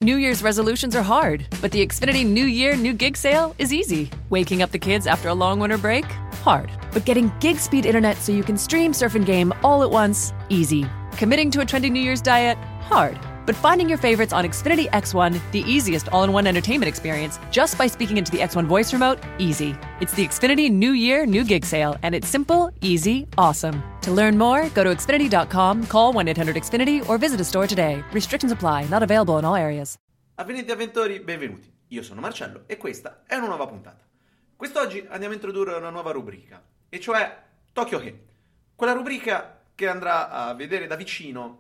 New Year's resolutions are hard, but the Xfinity New Year, New Gig sale is easy. Waking up the kids after a long winter break? Hard. But getting gig speed internet so you can stream, surf, and game all at once? Easy. Committing to a trendy New Year's diet? Hard. But finding your favorites on Xfinity X1, the easiest all-in-one entertainment experience, just by speaking into the X1 voice remote? Easy. It's the Xfinity New Year, New Gig sale, and it's simple, easy, awesome. To learn more, go to Xfinity.com, call 1-800-XFINITY, or visit a store today. Restrictions apply. Not available in all areas. Avvenenti avventori, benvenuti. Io sono Marcello e questa è una nuova puntata. Quest'oggi andiamo a introdurre una nuova rubrica, e cioè Tokyo He. Quella rubrica che andrà a vedere da vicino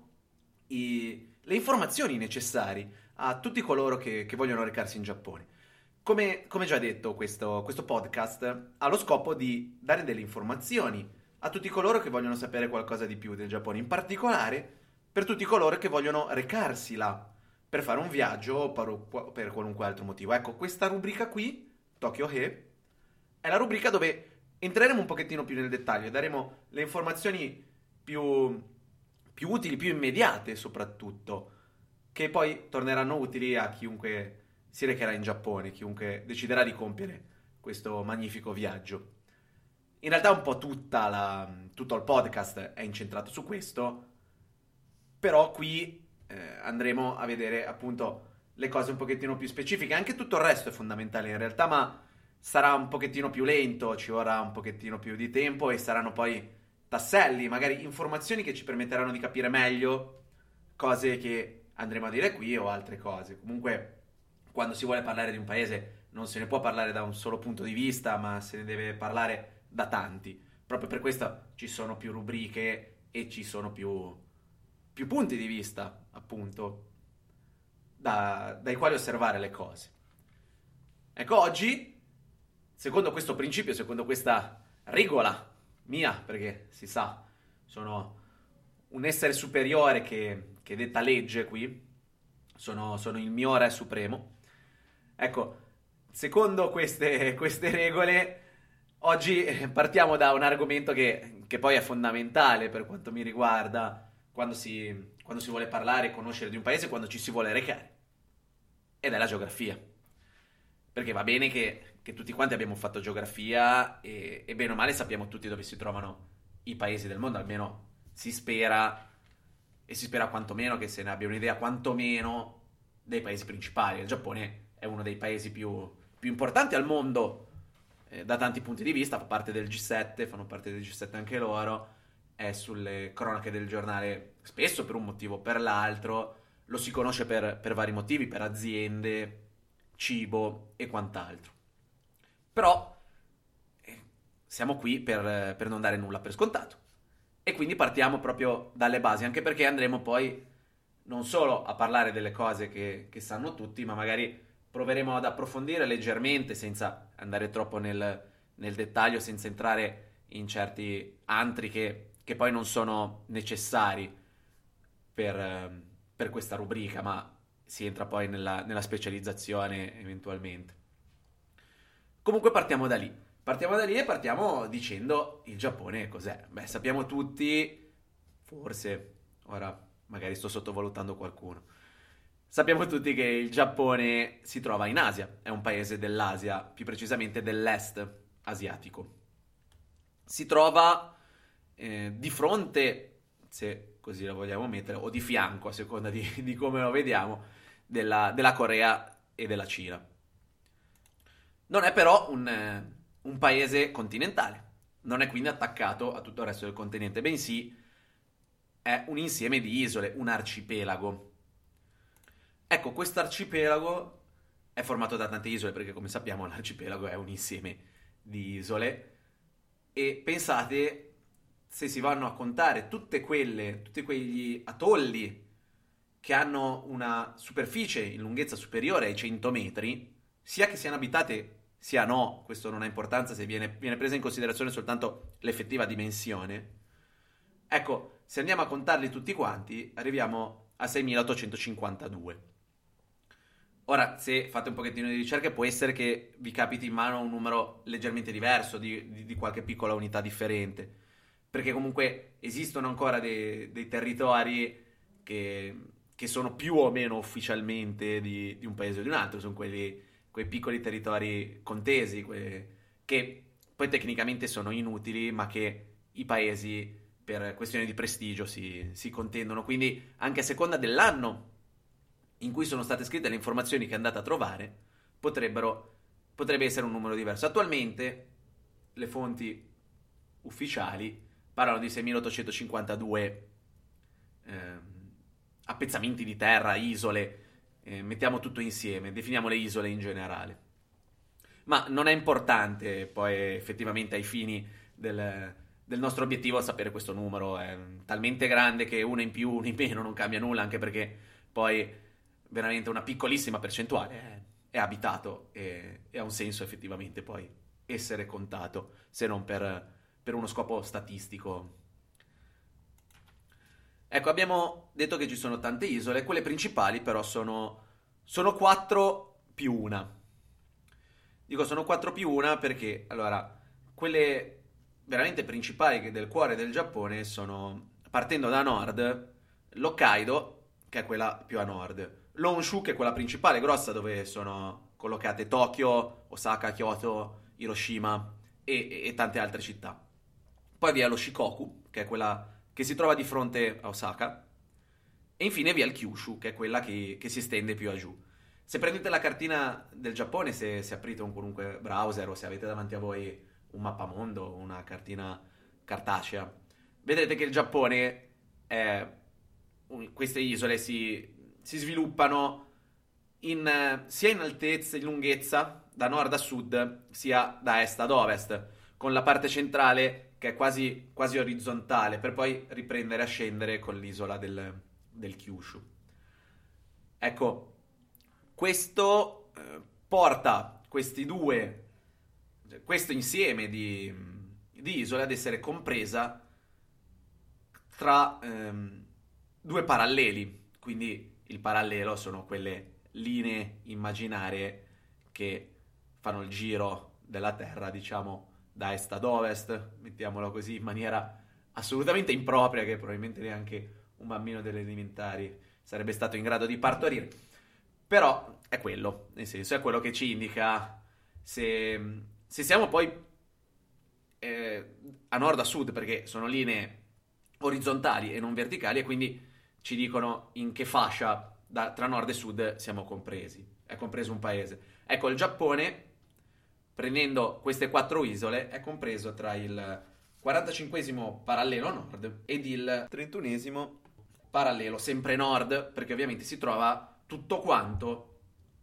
le informazioni necessarie a tutti coloro che vogliono recarsi in Giappone. Come già detto, questo podcast ha lo scopo di dare delle informazioni a tutti coloro che vogliono sapere qualcosa di più del Giappone, in particolare per tutti coloro che vogliono recarsi là per fare un viaggio o per qualunque altro motivo. Ecco, questa rubrica qui, Tokyo He, è la rubrica dove entreremo un pochettino più nel dettaglio e daremo le informazioni più utili, più immediate soprattutto, che poi torneranno utili a chiunque si recherà in Giappone, chiunque deciderà di compiere questo magnifico viaggio. In realtà un po' tutto il podcast è incentrato su questo, però qui andremo a vedere appunto le cose un pochettino più specifiche. Anche tutto il resto è fondamentale in realtà, ma sarà un pochettino più lento, ci vorrà un pochettino più di tempo e saranno poi tasselli, magari informazioni che ci permetteranno di capire meglio cose che andremo a dire qui o altre cose. Comunque, quando si vuole parlare di un paese non se ne può parlare da un solo punto di vista, ma se ne deve parlare da tanti. Proprio per questo ci sono più rubriche e ci sono più punti di vista, appunto, dai quali osservare le cose. Ecco, oggi, secondo questo principio, secondo questa regola mia, perché si sa, sono un essere superiore che detta legge qui, sono il mio re supremo. Ecco, secondo queste regole, oggi partiamo da un argomento che poi è fondamentale per quanto mi riguarda quando si vuole parlare e conoscere di un paese, quando ci si vuole recare, ed è la geografia. Perché va bene che tutti quanti abbiamo fatto geografia e bene o male sappiamo tutti dove si trovano i paesi del mondo, almeno si spera, e si spera quantomeno che se ne abbia un'idea quantomeno dei paesi principali. Il Giappone è uno dei paesi più importanti al mondo da tanti punti di vista, fanno parte del G7 anche loro, è sulle cronache del giornale spesso per un motivo o per l'altro, lo si conosce per vari motivi, per aziende, cibo e quant'altro. Però siamo qui per non dare nulla per scontato. E quindi partiamo proprio dalle basi, anche perché andremo poi non solo a parlare delle cose che sanno tutti, ma magari proveremo ad approfondire leggermente, senza andare troppo nel dettaglio, senza entrare in certi antri che poi non sono necessari per questa rubrica, ma si entra poi nella specializzazione eventualmente. Comunque partiamo da lì e partiamo dicendo il Giappone cos'è. Beh, sappiamo tutti, forse, ora magari sto sottovalutando qualcuno, sappiamo tutti che il Giappone si trova in Asia, è un paese dell'Asia, più precisamente dell'est asiatico. Si trova di fronte, se così la vogliamo mettere, o di fianco, a seconda di come lo vediamo, della Corea e della Cina. Non è però un paese continentale, non è quindi attaccato a tutto il resto del continente, bensì è un insieme di isole, un arcipelago. Ecco, questo arcipelago è formato da tante isole, perché come sappiamo l'arcipelago è un insieme di isole, e pensate, se si vanno a contare tutti quegli atolli che hanno una superficie in lunghezza superiore ai 100 metri, sia che siano abitate sia no, questo non ha importanza se viene presa in considerazione soltanto l'effettiva dimensione. Ecco, se andiamo a contarli tutti quanti, arriviamo a 6.852. Ora, se fate un pochettino di ricerche, può essere che vi capiti in mano un numero leggermente diverso, di qualche piccola unità differente, perché comunque esistono ancora dei territori che che sono più o meno ufficialmente di un paese o di un altro, sono quei piccoli territori contesi, che poi tecnicamente sono inutili, ma che i paesi per questioni di prestigio si contendono. Quindi anche a seconda dell'anno in cui sono state scritte le informazioni che andate a trovare, potrebbe essere un numero diverso. Attualmente le fonti ufficiali parlano di 6.852 appezzamenti di terra, isole, mettiamo tutto insieme, definiamo le isole in generale. Ma non è importante poi effettivamente ai fini del nostro obiettivo sapere questo numero, è talmente grande che uno in più, uno in meno non cambia nulla, anche perché poi veramente una piccolissima percentuale è abitato e ha un senso effettivamente poi essere contato, se non per uno scopo statistico. Ecco, abbiamo detto che ci sono tante isole, quelle principali però sono 4 più una. Dico sono 4 più una perché, allora, quelle veramente principali del cuore del Giappone sono, partendo da nord, l'Hokkaido, che è quella più a nord, l'Honshu, che è quella principale, grossa, dove sono collocate Tokyo, Osaka, Kyoto, Hiroshima e tante altre città. Poi vi è lo Shikoku, che è quella che si trova di fronte a Osaka, e infine vi è il Kyushu, che è quella che si estende più a giù. Se prendete la cartina del Giappone, se aprite un qualunque browser o se avete davanti a voi un mappamondo, una cartina cartacea, vedrete che il Giappone queste isole si sviluppano sia in altezza, in lunghezza, da nord a sud, sia da est ad ovest, con la parte centrale che è quasi orizzontale, per poi riprendere a scendere con l'isola del Kyushu. Ecco, questo porta questo insieme di isole ad essere compresa tra due paralleli. Quindi il parallelo sono quelle linee immaginarie che fanno il giro della Terra, diciamo, da est ad ovest, mettiamolo così, in maniera assolutamente impropria, che probabilmente neanche un bambino delle elementari sarebbe stato in grado di partorire. Però è quello, nel senso, è quello che ci indica se siamo poi a nord a sud, perché sono linee orizzontali e non verticali, e quindi ci dicono in che fascia tra nord e sud siamo compresi. È compreso un paese. Ecco, il Giappone, prendendo queste 4 isole, è compreso tra il 45esimo parallelo nord ed il 31esimo parallelo sempre nord, perché ovviamente si trova tutto quanto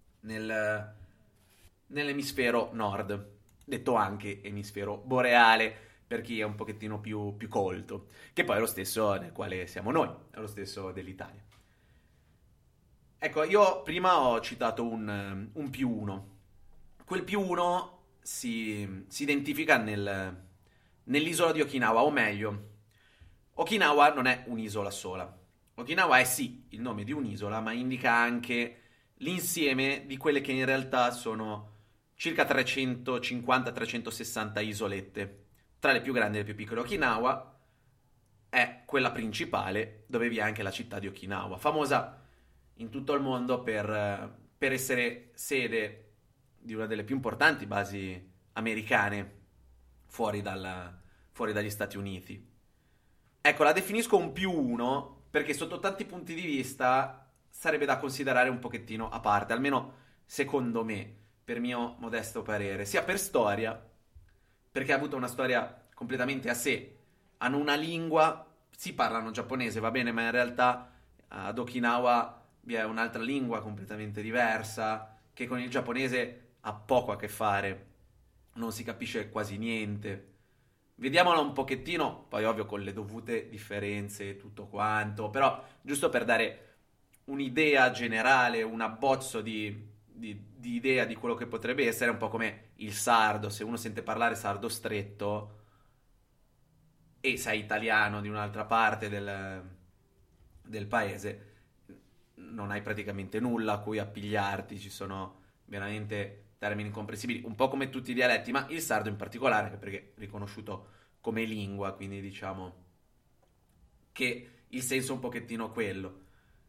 nell'emisfero nord, detto anche emisfero boreale per chi è un pochettino più colto, che poi è lo stesso nel quale siamo noi, è lo stesso dell'Italia. Ecco, io prima ho citato un più uno. Quel più uno si identifica nell'isola di Okinawa, o meglio, Okinawa non è un'isola sola. Okinawa è sì il nome di un'isola, ma indica anche l'insieme di quelle che in realtà sono circa 350-360 isolette, tra le più grandi e le più piccole. Okinawa è quella principale, dove vi è anche la città di Okinawa, famosa in tutto il mondo per essere sede di una delle più importanti basi americane fuori dagli Stati Uniti. Ecco, la definisco un più uno perché sotto tanti punti di vista sarebbe da considerare un pochettino a parte, almeno secondo me, per mio modesto parere, sia per storia, perché ha avuto una storia completamente a sé, hanno una lingua, si parlano giapponese, va bene, ma in realtà ad Okinawa vi è un'altra lingua completamente diversa, che con il giapponese ha poco a che fare, non si capisce quasi niente. Vediamola un pochettino, poi ovvio con le dovute differenze e tutto quanto, però giusto per dare un'idea generale, un abbozzo di idea di quello che potrebbe essere, un po' come il sardo. Se uno sente parlare sardo stretto e sei italiano di un'altra parte del paese, non hai praticamente nulla a cui appigliarti, ci sono veramente termini incomprensibili, un po' come tutti i dialetti, ma il sardo in particolare, perché è riconosciuto come lingua, quindi diciamo che il senso è un pochettino quello.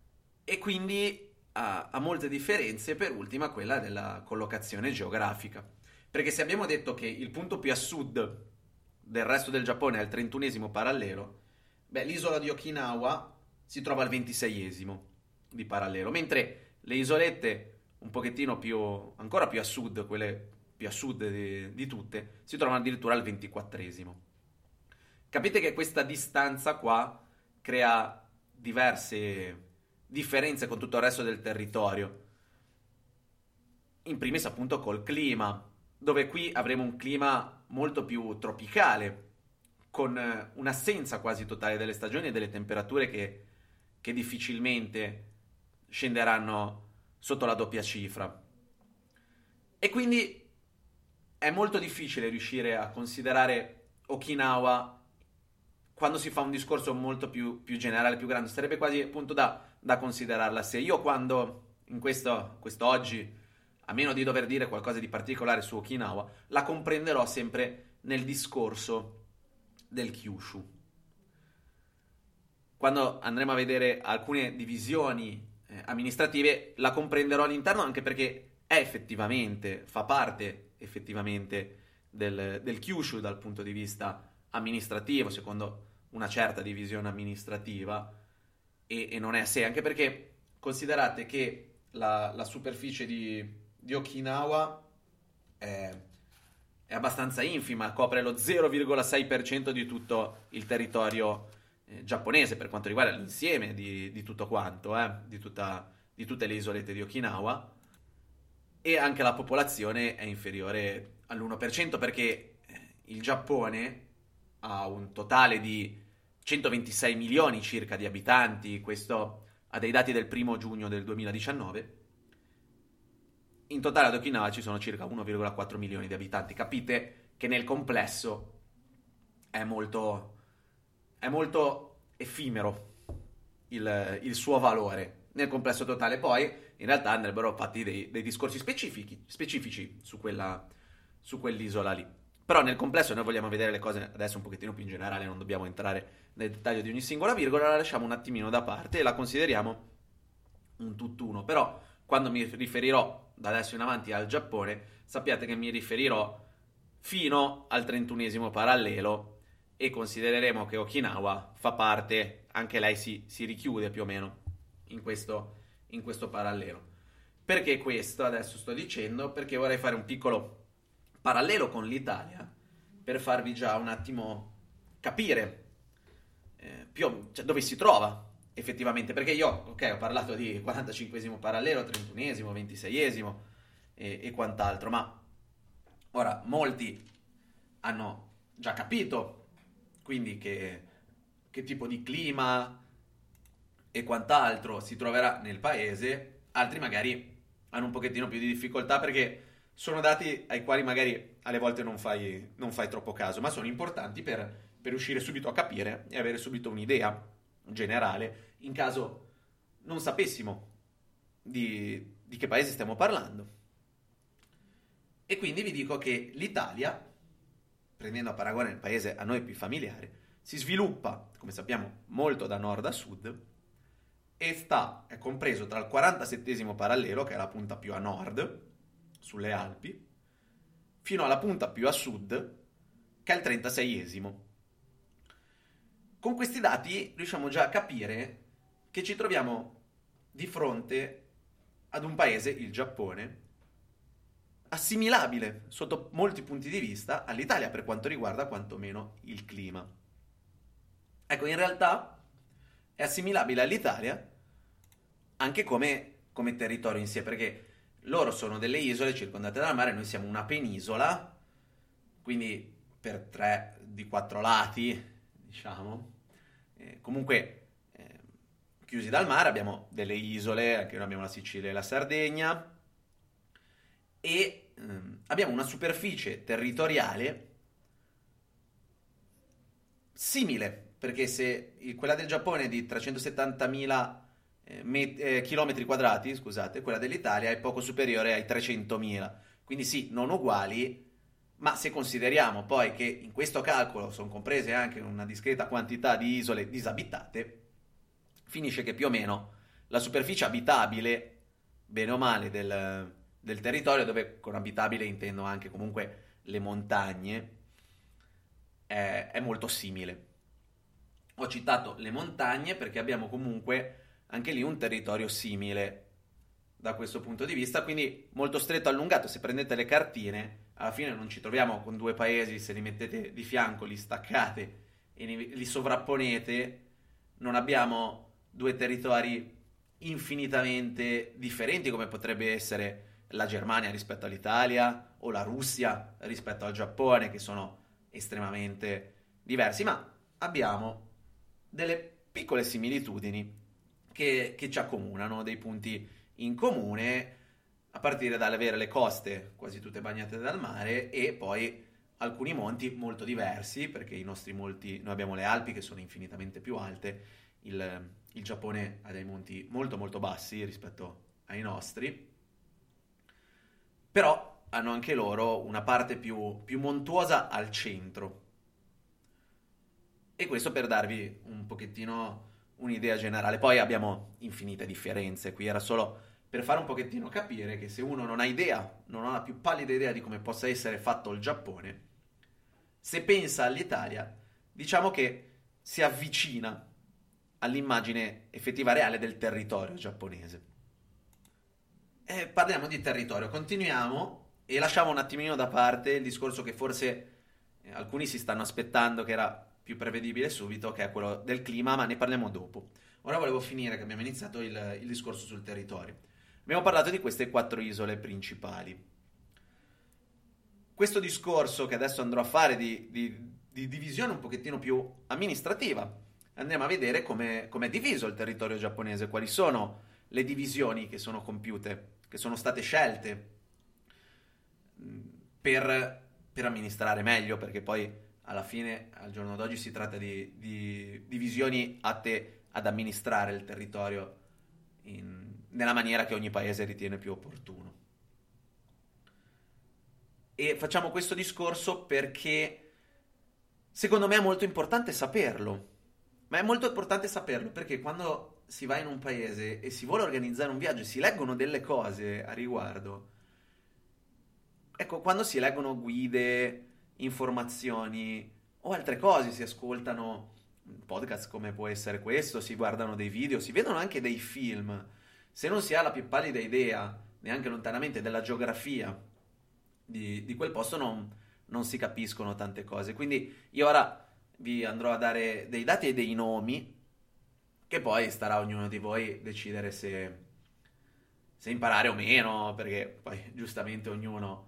e quindi ha molte differenze, per ultima quella della collocazione geografica. Perché se abbiamo detto che il punto più a sud del resto del Giappone è il 31esimo parallelo, beh, l'isola di Okinawa si trova al 26esimo di parallelo, mentre le isolette un pochettino più, ancora più a sud, quelle più a sud di tutte, si trovano addirittura al 24esimo. Capite che questa distanza qua crea diverse differenze con tutto il resto del territorio. In primis appunto col clima, dove qui avremo un clima molto più tropicale, con un'assenza quasi totale delle stagioni e delle temperature che difficilmente scenderanno sotto la doppia cifra. E quindi è molto difficile riuscire a considerare Okinawa quando si fa un discorso molto più generale, più grande. Sarebbe quasi appunto da considerarla a sé. Io quando, in questo oggi, a meno di dover dire qualcosa di particolare su Okinawa, la comprenderò sempre nel discorso del Kyushu. Quando andremo a vedere alcune divisioni amministrative, la comprenderò all'interno, anche perché è effettivamente, fa parte effettivamente del Kyushu dal punto di vista amministrativo, secondo una certa divisione amministrativa, e non è a sé, anche perché considerate che la superficie di Okinawa è abbastanza infima, copre lo 0,6% di tutto il territorio giapponese per quanto riguarda l'insieme di tutto quanto, di tutte le isolette di Okinawa, e anche la popolazione è inferiore all'1% perché il Giappone ha un totale di 126 milioni circa di abitanti, questo ha dei dati del 1° giugno del 2019. In totale ad Okinawa ci sono circa 1,4 milioni di abitanti. Capite che nel complesso è molto effimero il suo valore nel complesso totale. Poi in realtà andrebbero fatti dei discorsi specifici su quell'isola lì. Però nel complesso noi vogliamo vedere le cose adesso un pochettino più in generale, non dobbiamo entrare nel dettaglio di ogni singola virgola, la lasciamo un attimino da parte e la consideriamo un tutt'uno. Però quando mi riferirò da adesso in avanti al Giappone, sappiate che mi riferirò fino al 31esimo parallelo e considereremo che Okinawa fa parte, anche lei si richiude più o meno in questo parallelo. Perché questo adesso sto dicendo? Perché vorrei fare un piccolo parallelo con l'Italia per farvi già un attimo capire cioè, dove si trova effettivamente, perché io, ok, ho parlato di 45esimo parallelo, 31esimo, 26esimo e quant'altro, ma ora molti hanno già capito quindi che tipo di clima e quant'altro si troverà nel paese, altri magari hanno un pochettino più di difficoltà perché sono dati ai quali magari alle volte non fai troppo caso, ma sono importanti per riuscire subito a capire e avere subito un'idea generale in caso non sapessimo di che paese stiamo parlando. E quindi vi dico che l'Italia, prendendo a paragone il paese a noi più familiare, si sviluppa, come sappiamo, molto da nord a sud e è compreso tra il 47esimo parallelo, che è la punta più a nord, sulle Alpi, fino alla punta più a sud, che è il 36esimo. Con questi dati riusciamo già a capire che ci troviamo di fronte ad un paese, il Giappone, assimilabile sotto molti punti di vista all'Italia per quanto riguarda quantomeno il clima. Ecco, in realtà è assimilabile all'Italia anche come territorio in sé, perché loro sono delle isole circondate dal mare, noi siamo una penisola, quindi per 3 di 4 lati, diciamo, comunque chiusi dal mare, abbiamo delle isole, anche noi abbiamo la Sicilia e la Sardegna, e abbiamo una superficie territoriale simile, perché se quella del Giappone è di 370.000 chilometri quadrati, scusate, quella dell'Italia è poco superiore ai 300.000, quindi sì, non uguali, ma se consideriamo poi che in questo calcolo sono comprese anche una discreta quantità di isole disabitate, finisce che più o meno la superficie abitabile, bene o male, del territorio, dove con abitabile intendo anche comunque le montagne, è molto simile. Ho citato le montagne perché abbiamo comunque anche lì un territorio simile da questo punto di vista, quindi molto stretto allungato. Se prendete le cartine, alla fine non ci troviamo con due paesi, se li mettete di fianco, li staccate e li sovrapponete, non abbiamo due territori infinitamente differenti come potrebbe essere la Germania rispetto all'Italia o la Russia rispetto al Giappone, che sono estremamente diversi, ma abbiamo delle piccole similitudini che ci accomunano, dei punti in comune, a partire dall'avere le coste quasi tutte bagnate dal mare e poi alcuni monti molto diversi, perché i nostri monti, noi abbiamo le Alpi che sono infinitamente più alte, il Giappone ha dei monti molto molto bassi rispetto ai nostri, però hanno anche loro una parte più montuosa al centro. E questo per darvi un pochettino un'idea generale. Poi abbiamo infinite differenze, qui era solo per fare un pochettino capire che se uno non ha idea, non ha la più pallida idea di come possa essere fatto il Giappone, se pensa all'Italia, diciamo che si avvicina all'immagine effettiva reale del territorio giapponese. E parliamo di territorio, continuiamo e lasciamo un attimino da parte il discorso che forse alcuni si stanno aspettando, che era più prevedibile subito, che è quello del clima, ma ne parliamo dopo. Ora volevo finire, che abbiamo iniziato il discorso sul territorio. Abbiamo parlato di queste 4 isole principali. Questo discorso che adesso andrò a fare di divisione un pochettino più amministrativa, andiamo a vedere come è diviso il territorio giapponese, quali sono le divisioni che sono compiute, che sono state scelte per amministrare meglio, perché poi alla fine, al giorno d'oggi, si tratta di divisioni atte ad amministrare il territorio nella maniera che ogni paese ritiene più opportuno. E facciamo questo discorso perché secondo me è molto importante saperlo. Ma è molto importante saperlo perché quando si va in un paese e si vuole organizzare un viaggio e si leggono delle cose a riguardo, ecco, quando si leggono guide, informazioni o altre cose, si ascoltano podcast come può essere questo, si guardano dei video, si vedono anche dei film, se non si ha la più pallida idea, neanche lontanamente, della geografia di quel posto, non si capiscono tante cose. Quindi io ora vi andrò a dare dei dati e dei nomi, che poi starà a ognuno di voi decidere se imparare o meno, perché poi giustamente ognuno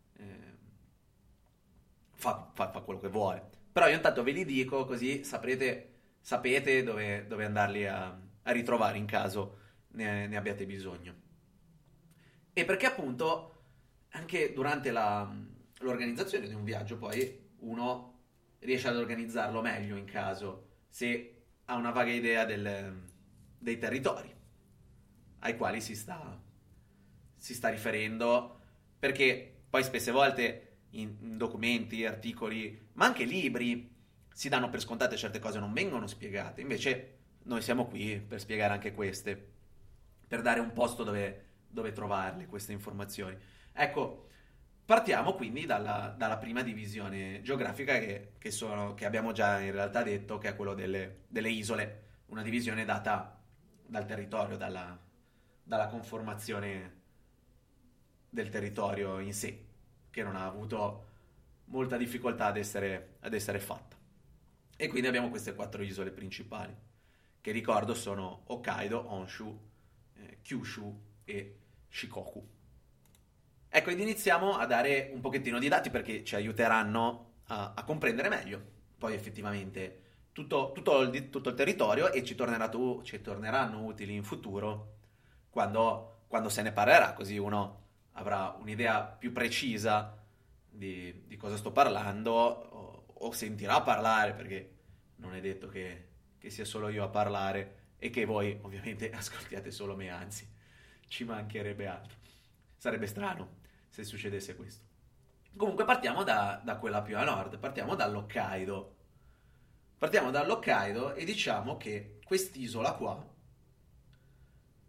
fa quello che vuole. Però io intanto ve li dico, così sapete dove andarli a ritrovare in caso ne abbiate bisogno. E perché appunto anche durante l'organizzazione di un viaggio poi uno riesce ad organizzarlo meglio in caso, se ha una vaga idea dei territori ai quali si sta riferendo, perché poi spesse volte in documenti, articoli, ma anche libri, si danno per scontate certe cose, non vengono spiegate. Invece noi siamo qui per spiegare anche queste, per dare un posto dove trovarle queste informazioni. Ecco, partiamo quindi dalla prima divisione geografica che abbiamo già in realtà detto, che è quello delle isole, una divisione data dal territorio, dalla conformazione del territorio in sé, che non ha avuto molta difficoltà ad essere fatta. E quindi abbiamo queste 4 isole principali, che ricordo sono Hokkaido, Honshu, Kyushu e Shikoku. Ecco, ed iniziamo a dare un pochettino di dati perché ci aiuteranno a comprendere meglio poi effettivamente tutto il territorio, e ci torneranno utili in futuro quando se ne parlerà, così uno avrà un'idea più precisa di cosa sto parlando, o sentirà parlare, perché non è detto che sia solo io a parlare e che voi ovviamente ascoltiate solo me, anzi, ci mancherebbe altro. Sarebbe strano se succedesse questo. Comunque partiamo da quella più a nord, partiamo dall'Hokkaido. Partiamo dall'Hokkaido e diciamo che quest'isola qua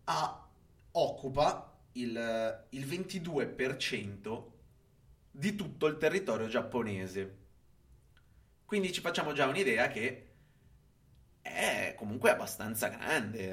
occupa il 22% di tutto il territorio giapponese. Quindi ci facciamo già un'idea che è comunque abbastanza grande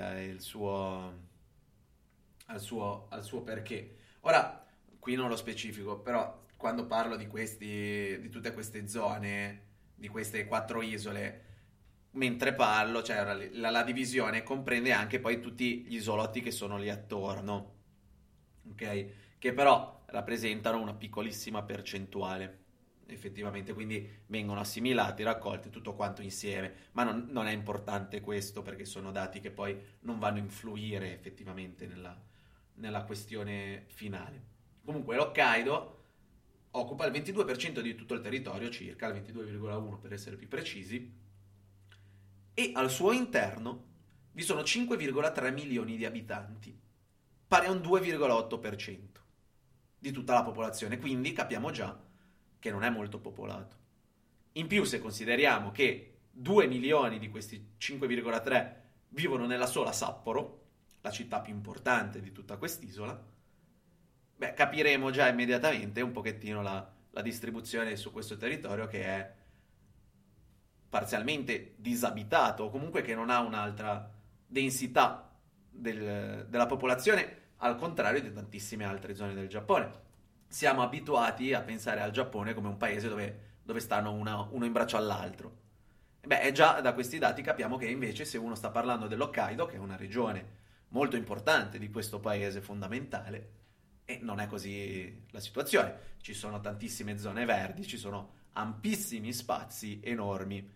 al suo perché. Ora, qui non lo specifico, però quando parlo di tutte queste zone, di queste 4 isole, mentre parlo, cioè la divisione comprende anche poi tutti gli isolotti che sono lì attorno, ok? Che però rappresentano una piccolissima percentuale, effettivamente, quindi vengono assimilati, raccolti tutto quanto insieme, ma non è importante questo perché sono dati che poi non vanno a influire effettivamente nella questione finale. Comunque l'Hokkaido occupa il 22% di tutto il territorio, circa il 22,1 per essere più precisi, e al suo interno vi sono 5,3 milioni di abitanti, pari a un 2,8% di tutta la popolazione, quindi capiamo già che non è molto popolato. In più, se consideriamo che 2 milioni di questi 5,3 vivono nella sola Sapporo, la città più importante di tutta quest'isola, beh, capiremo già immediatamente un pochettino la distribuzione su questo territorio che è parzialmente disabitato o comunque che non ha un'altra densità della popolazione, al contrario di tantissime altre zone del Giappone. Siamo abituati a pensare al Giappone come un paese dove stanno uno in braccio all'altro. Beh, già da questi dati capiamo che invece se uno sta parlando dell'Hokkaido, che è una regione molto importante di questo paese fondamentale, e non è così la situazione. Ci sono tantissime zone verdi, ci sono ampissimi spazi enormi.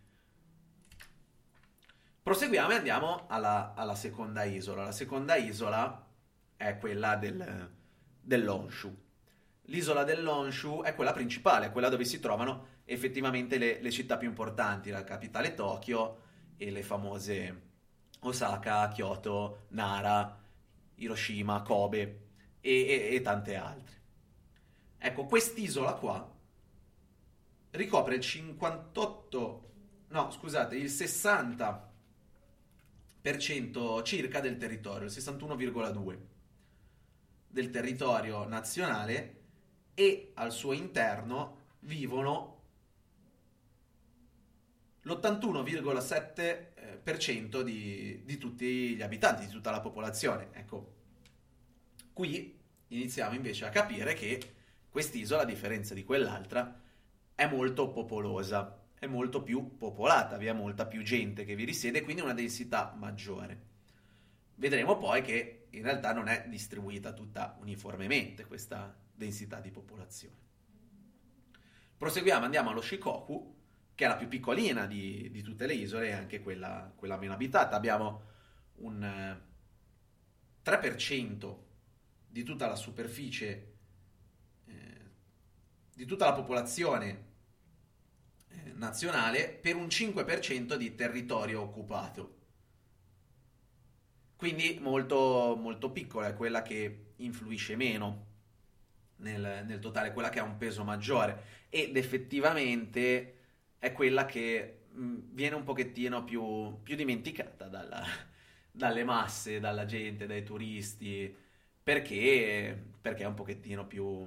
Proseguiamo e andiamo alla seconda isola. La seconda isola è quella dell'Honshu. L'isola dell'Honshu è quella principale, quella dove si trovano effettivamente le città più importanti, la capitale Tokyo e le famose Osaka, Kyoto, Nara, Hiroshima, Kobe e tante altre. Ecco, quest'isola qua ricopre il 58, no, scusate, il 60% circa del territorio, il 61,2% del territorio nazionale, e al suo interno vivono l'81,7% di tutti gli abitanti, di tutta la popolazione. Ecco, qui iniziamo invece a capire che quest'isola, a differenza di quell'altra, è molto popolosa, è molto più popolata, vi è molta più gente che vi risiede, quindi una densità maggiore. Vedremo poi che in realtà non è distribuita tutta uniformemente questa densità di popolazione. Proseguiamo, andiamo allo Shikoku, che è la più piccolina di tutte le isole e anche quella meno abitata. Abbiamo un 3% di tutta la superficie, di tutta la popolazione nazionale per un 5% di territorio occupato. Quindi molto, molto piccola, è quella che influisce meno nel totale, quella che ha un peso maggiore, ed effettivamente è quella che viene un pochettino più dimenticata dalle masse, dalla gente, dai turisti, perché è un pochettino più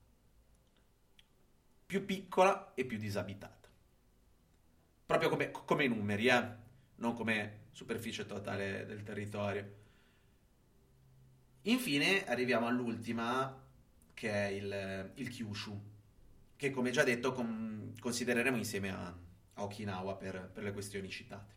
piccola e più disabitata. Proprio come numeri, non come superficie totale del territorio. Infine arriviamo all'ultima, che è il Kyushu, che come già detto considereremo insieme a Okinawa per le questioni citate.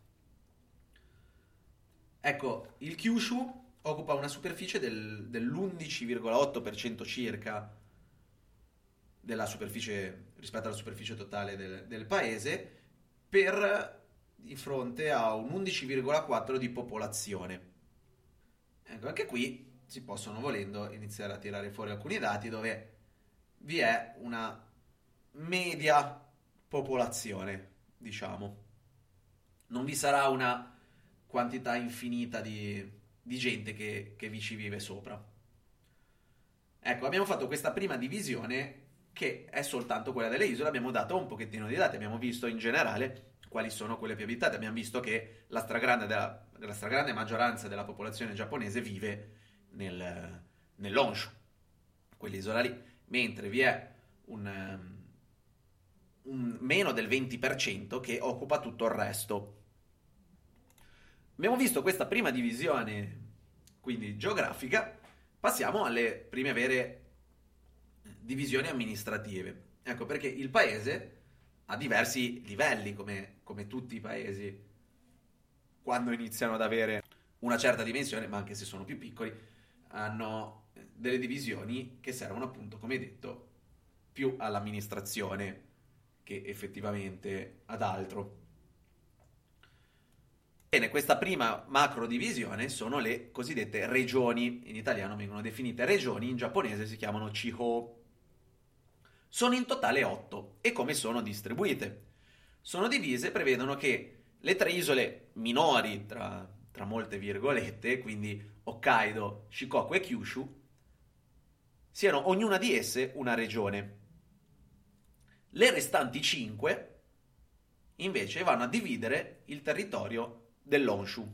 Ecco, il Kyushu occupa una superficie dell'11,8% circa della superficie rispetto alla superficie totale del paese, di fronte a un 11,4% di popolazione. Ecco, anche qui si possono, volendo, iniziare a tirare fuori alcuni dati dove vi è una media popolazione, diciamo. Non vi sarà una quantità infinita di gente che vi ci vive sopra. Ecco, abbiamo fatto questa prima divisione che è soltanto quella delle isole, abbiamo dato un pochettino di dati, abbiamo visto in generale quali sono quelle più abitate. Abbiamo visto che la stragrande maggioranza della popolazione giapponese vive nell'Honshu, quell'isola lì, mentre vi è un meno del 20% che occupa tutto il resto. Abbiamo visto questa prima divisione, quindi geografica, passiamo alle prime vere divisioni amministrative. Ecco perché il paese ha diversi livelli, come tutti i paesi, quando iniziano ad avere una certa dimensione, ma anche se sono più piccoli, hanno delle divisioni che servono appunto, come detto, più all'amministrazione che effettivamente ad altro. Bene, questa prima macro divisione sono le cosiddette regioni. In italiano vengono definite regioni, in giapponese si chiamano Chiho. Sono in totale 8 e come sono distribuite? Sono divise, prevedono che le 3 isole minori, tra molte virgolette, quindi Hokkaido, Shikoku e Kyushu, siano ognuna di esse una regione. Le restanti 5 invece vanno a dividere il territorio dell'Honshu.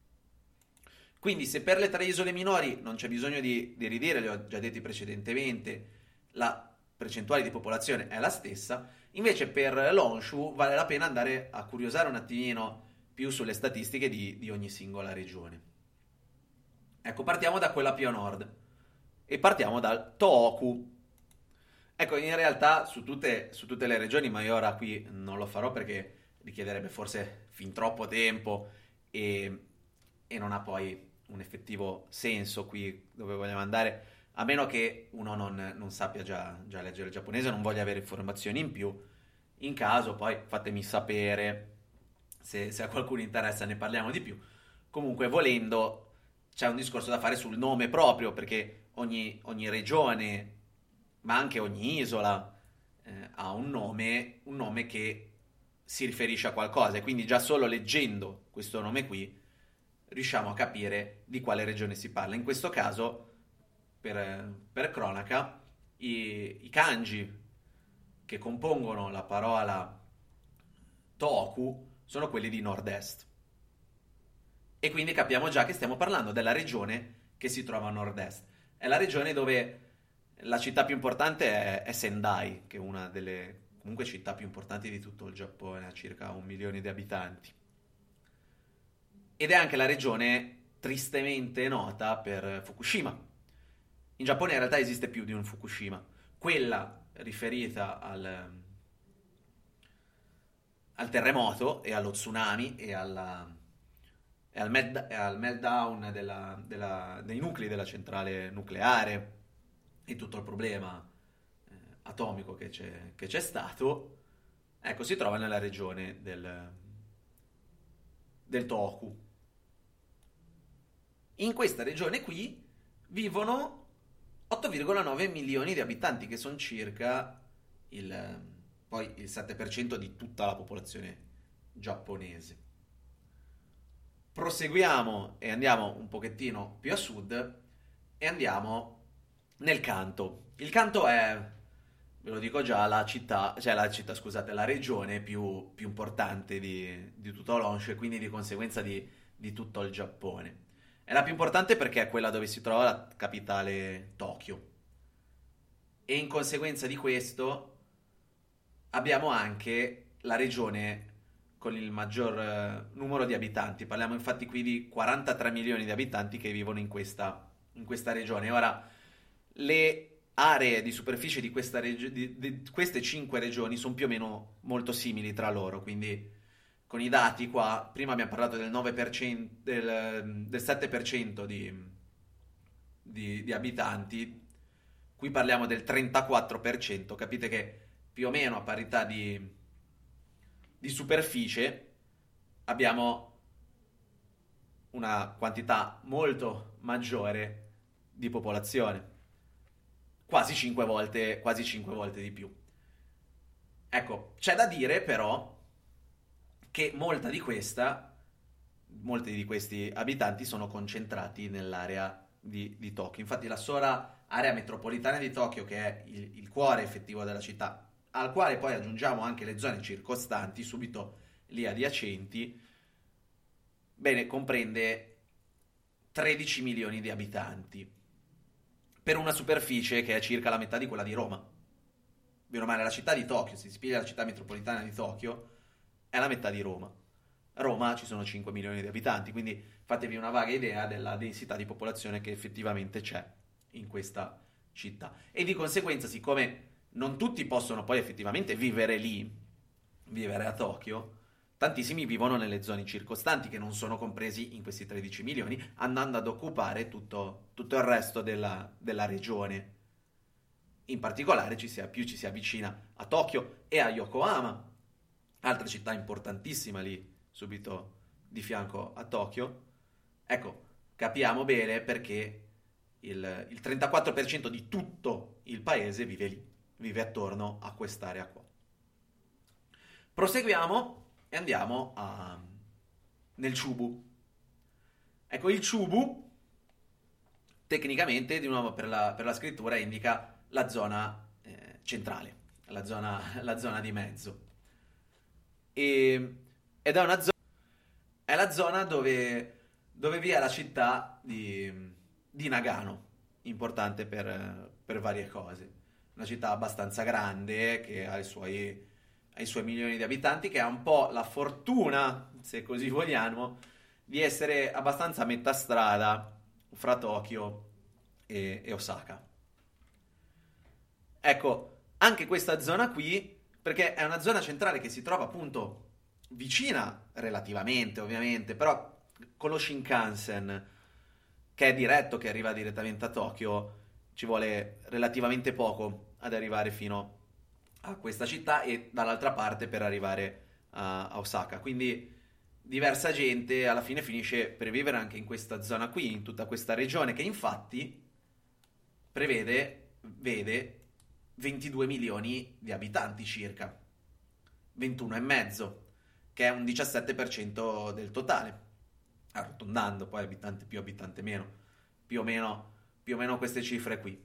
Quindi se per le 3 isole minori non c'è bisogno di ridire, le ho già detti precedentemente, la percentuale di popolazione è la stessa, invece per l'Honshu vale la pena andare a curiosare un attimino più sulle statistiche di ogni singola regione. Ecco, partiamo da quella più a nord e partiamo dal Tohoku. Ecco, in realtà su tutte le regioni, ma io ora qui non lo farò perché richiederebbe forse fin troppo tempo e non ha poi un effettivo senso qui dove vogliamo andare, a meno che uno non sappia già leggere il giapponese, non voglia avere informazioni in più. In caso poi fatemi sapere se a qualcuno interessa, ne parliamo di più. Comunque, volendo, c'è un discorso da fare sul nome proprio, perché ogni regione, ma anche ogni isola, ha un nome che si riferisce a qualcosa, e quindi già solo leggendo questo nome qui riusciamo a capire di quale regione si parla. In questo caso, per cronaca, i kanji che compongono la parola Tohoku sono quelli di nord-est. E quindi capiamo già che stiamo parlando della regione che si trova a nord-est. È la regione dove la città più importante è Sendai, che è una delle comunque città più importanti di tutto il Giappone, ha circa 1 milione di abitanti. Ed è anche la regione tristemente nota per Fukushima. In Giappone in realtà esiste più di un Fukushima. Quella riferita al terremoto e allo tsunami e al meltdown dei nuclei della centrale nucleare e tutto il problema atomico che c'è stato, ecco, si trova nella regione del Tohoku. In questa regione qui vivono 8,9 milioni di abitanti, che sono circa poi il 7% di tutta la popolazione giapponese. Proseguiamo e andiamo un pochettino più a sud e andiamo nel Kanto. Il Kanto è, ve lo dico già, la regione più importante di tutto l'Honshu e quindi di conseguenza di tutto il Giappone. È la più importante perché è quella dove si trova la capitale Tokyo. E in conseguenza di questo abbiamo anche la regione con il maggior numero di abitanti. Parliamo infatti qui di 43 milioni di abitanti che vivono in questa regione. Ora, le aree di superficie di queste 5 regioni sono più o meno molto simili tra loro, quindi con i dati qua, prima abbiamo parlato del 9%, del 7% di abitanti, qui parliamo del 34%, capite che più o meno a parità di superficie abbiamo una quantità molto maggiore di popolazione, quasi 5 volte di più. Ecco, c'è da dire però che molti di questi abitanti sono concentrati nell'area di Tokyo. Infatti la sola area metropolitana di Tokyo, che è il cuore effettivo della città, al quale poi aggiungiamo anche le zone circostanti, subito lì adiacenti, bene, comprende 13 milioni di abitanti, per una superficie che è circa la metà di quella di Roma. Bene o male, la città di Tokyo, se si piglia la città metropolitana di Tokyo, è la metà di Roma. A Roma ci sono 5 milioni di abitanti, quindi fatevi una vaga idea della densità di popolazione che effettivamente c'è in questa città. E di conseguenza, siccome non tutti possono poi effettivamente vivere lì, vivere a Tokyo, tantissimi vivono nelle zone circostanti che non sono compresi in questi 13 milioni, andando ad occupare tutto il resto della regione. In particolare più ci si avvicina a Tokyo e a Yokohama, altra città importantissima lì subito di fianco a Tokyo. Ecco, capiamo bene perché il 34% di tutto il paese vive lì, vive attorno a quest'area qua. Proseguiamo e andiamo nel Chubu. Ecco, il Chubu tecnicamente, di nuovo per la scrittura, indica la zona centrale, la zona di mezzo. Ed è la zona dove vi è la città di Nagano, importante per varie cose. Una città abbastanza grande che ha i suoi milioni di abitanti, che ha un po' la fortuna, se così vogliamo, di essere abbastanza a metà strada fra Tokyo e Osaka. Ecco, anche questa zona qui, perché è una zona centrale che si trova appunto vicina relativamente, ovviamente, però con lo Shinkansen, che è diretto, che arriva direttamente a Tokyo, ci vuole relativamente poco ad arrivare fino a questa città e dall'altra parte per arrivare a Osaka. Quindi diversa gente alla fine finisce per vivere anche in questa zona qui, in tutta questa regione, che infatti vede 22 milioni di abitanti circa, 21,5, che è un 17% del totale, arrotondando, poi abitante più, abitante meno, più o meno queste cifre qui.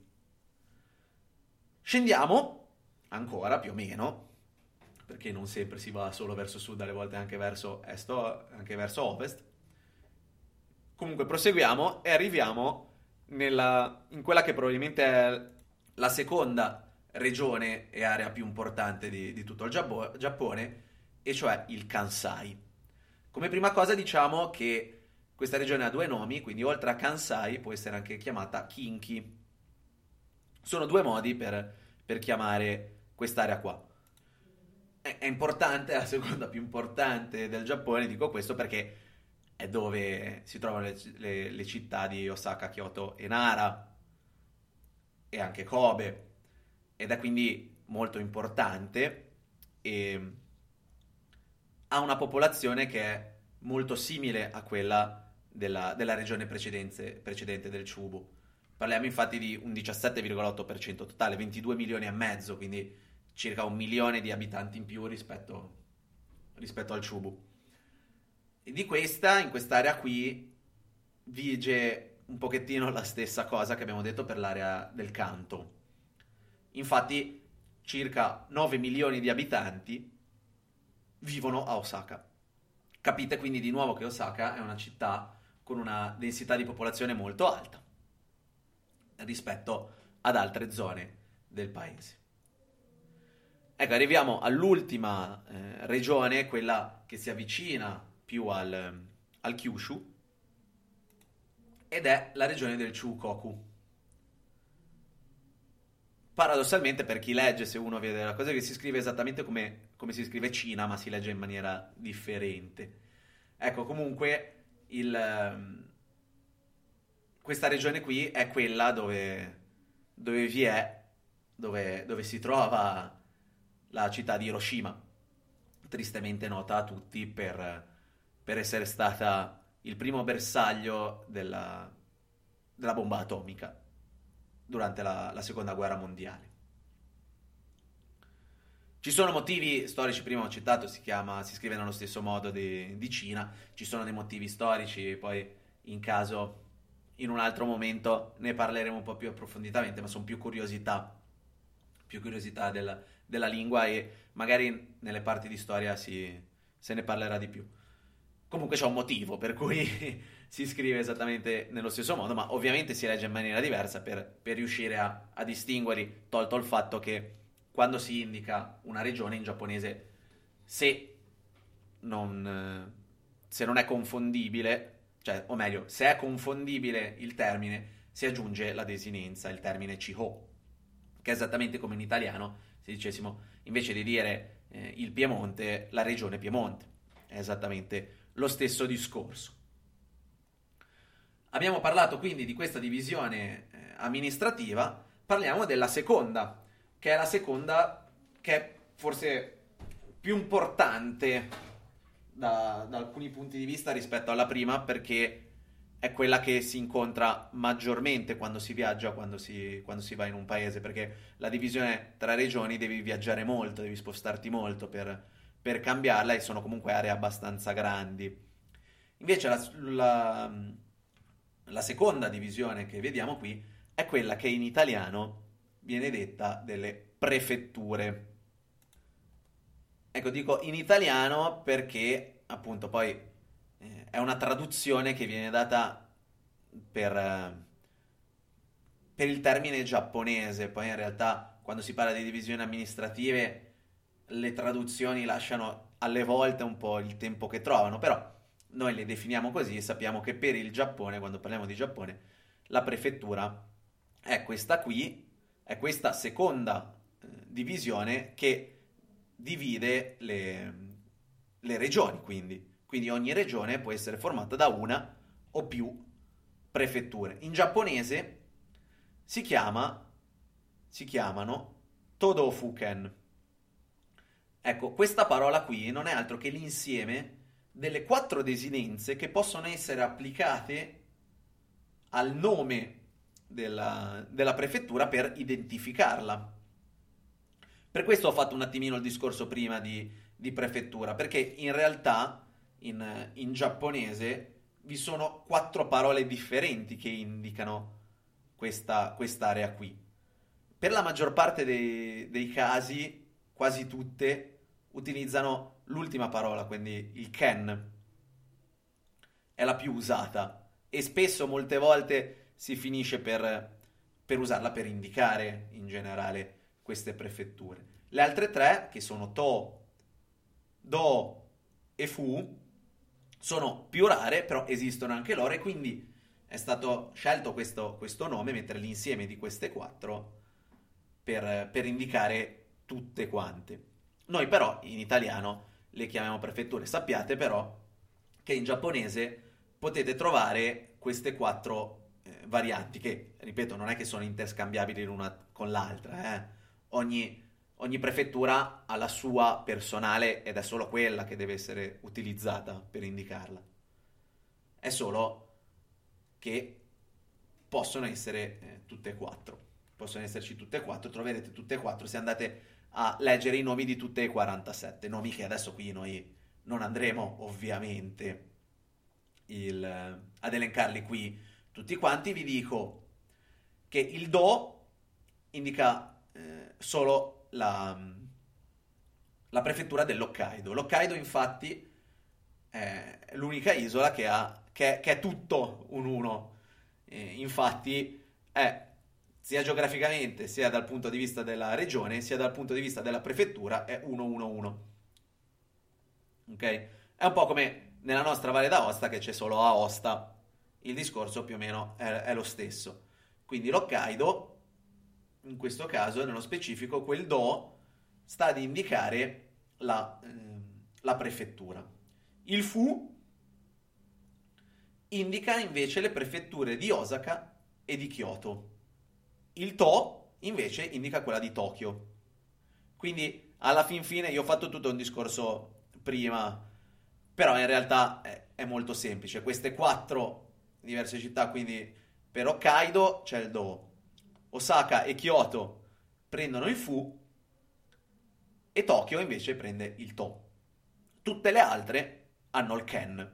Scendiamo ancora, più o meno, perché non sempre si va solo verso sud, alle volte anche verso est, anche verso ovest. Comunque proseguiamo e arriviamo in quella che probabilmente è la seconda regione e area più importante di tutto il Giappone, e cioè il Kansai. Come prima cosa diciamo che questa regione ha due nomi, quindi oltre a Kansai può essere anche chiamata Kinki. Sono due modi per chiamare quest'area qua. È importante, è la seconda più importante del Giappone, dico questo perché è dove si trovano le città di Osaka, Kyoto e Nara, e anche Kobe, ed è quindi molto importante e ha una popolazione che è molto simile a quella della regione precedente del Chubu. Parliamo infatti di un 17,8% totale, 22 milioni e mezzo, quindi circa 1 milione di abitanti in più rispetto al Chubu. E in quest'area qui, vige un pochettino la stessa cosa che abbiamo detto per l'area del Kanto. Infatti, circa 9 milioni di abitanti vivono a Osaka. Capite quindi di nuovo che Osaka è una città con una densità di popolazione molto alta rispetto ad altre zone del paese. Ecco, arriviamo all'ultima regione, quella che si avvicina più al Kyushu, ed è la regione del Chukoku. Paradossalmente, per chi legge, se uno vede la cosa, che si scrive esattamente come si scrive Cina, ma si legge in maniera differente. Ecco, comunque questa regione qui è quella dove si trova la città di Hiroshima, tristemente nota a tutti per essere stata il primo bersaglio della bomba atomica durante la seconda guerra mondiale. Ci sono motivi storici, prima ho citato, si scrive nello stesso modo di Cina, ci sono dei motivi storici, poi in un altro momento ne parleremo un po' più approfonditamente, ma sono più curiosità della lingua, e magari nelle parti di storia si se ne parlerà di più. Comunque c'è un motivo per cui si scrive esattamente nello stesso modo, ma ovviamente si legge in maniera diversa per riuscire a distinguerli, tolto il fatto che quando si indica una regione in giapponese, se non è confondibile, cioè, o meglio, se è confondibile il termine, si aggiunge la desinenza, il termine Chiho, che è esattamente come in italiano, se dicessimo, invece di dire il Piemonte, la regione Piemonte. È esattamente lo stesso discorso. Abbiamo parlato quindi di questa divisione amministrativa, parliamo della seconda, che è la seconda che è forse più importante da alcuni punti di vista rispetto alla prima, perché è quella che si incontra maggiormente quando si viaggia, quando si va in un paese, perché la divisione tra regioni devi viaggiare molto, devi spostarti molto per cambiarla, e sono comunque aree abbastanza grandi. Invece la seconda divisione che vediamo qui è quella che in italiano viene detta delle prefetture. Ecco, dico in italiano perché appunto poi è una traduzione che viene data per il termine giapponese. Poi in realtà quando si parla di divisioni amministrative le traduzioni lasciano alle volte un po' il tempo che trovano, però noi le definiamo così e sappiamo che per il Giappone, quando parliamo di Giappone, la prefettura è questa qui, è questa seconda divisione che divide le regioni, quindi ogni regione può essere formata da una o più prefetture. In giapponese si chiamano Todofuken. Ecco, questa parola qui non è altro che l'insieme delle 4 desinenze che possono essere applicate al nome della prefettura per identificarla. Per questo ho fatto un attimino il discorso prima di prefettura, perché in realtà in giapponese vi sono 4 parole differenti che indicano quest'area qui. Per la maggior parte dei casi, quasi tutte, utilizzano l'ultima parola, quindi il ken, è la più usata, e spesso, molte volte, si finisce per usarla per indicare in generale queste prefetture. Le altre 3, che sono to, do e fu, sono più rare, però esistono anche loro, e quindi è stato scelto questo nome, mettere l'insieme di queste 4 per indicare tutte quante. Noi però in italiano le chiamiamo prefetture. Sappiate però che in giapponese potete trovare queste 4 varianti, che, ripeto, non è che sono interscambiabili l'una con l'altra. Ogni prefettura ha la sua personale ed è solo quella che deve essere utilizzata per indicarla. È solo che possono essere tutte e 4. Possono esserci tutte e 4, troverete tutte e 4 se andate a leggere i nomi di tutte e 47, nomi che adesso qui noi non andremo ovviamente ad elencarli qui tutti quanti. Vi dico che il do indica solo la prefettura dell'Hokkaido. L'Hokkaido infatti è l'unica isola che è tutto un uno. Infatti è sia geograficamente, sia dal punto di vista della regione, sia dal punto di vista della prefettura, è 1-1-1. Ok? È un po' come nella nostra Valle d'Aosta, che c'è solo Aosta. Il discorso più o meno è lo stesso. Quindi l'Hokkaido, in questo caso, nello specifico, quel do sta ad indicare la prefettura. Il fu indica invece le prefetture di Osaka e di Kyoto. Il to invece indica quella di Tokyo. Quindi alla fin fine io ho fatto tutto un discorso prima, però in realtà è molto semplice. Queste 4 diverse città, quindi per Hokkaido c'è il do, Osaka e Kyoto prendono il fu e Tokyo invece prende il to. Tutte le altre hanno il ken.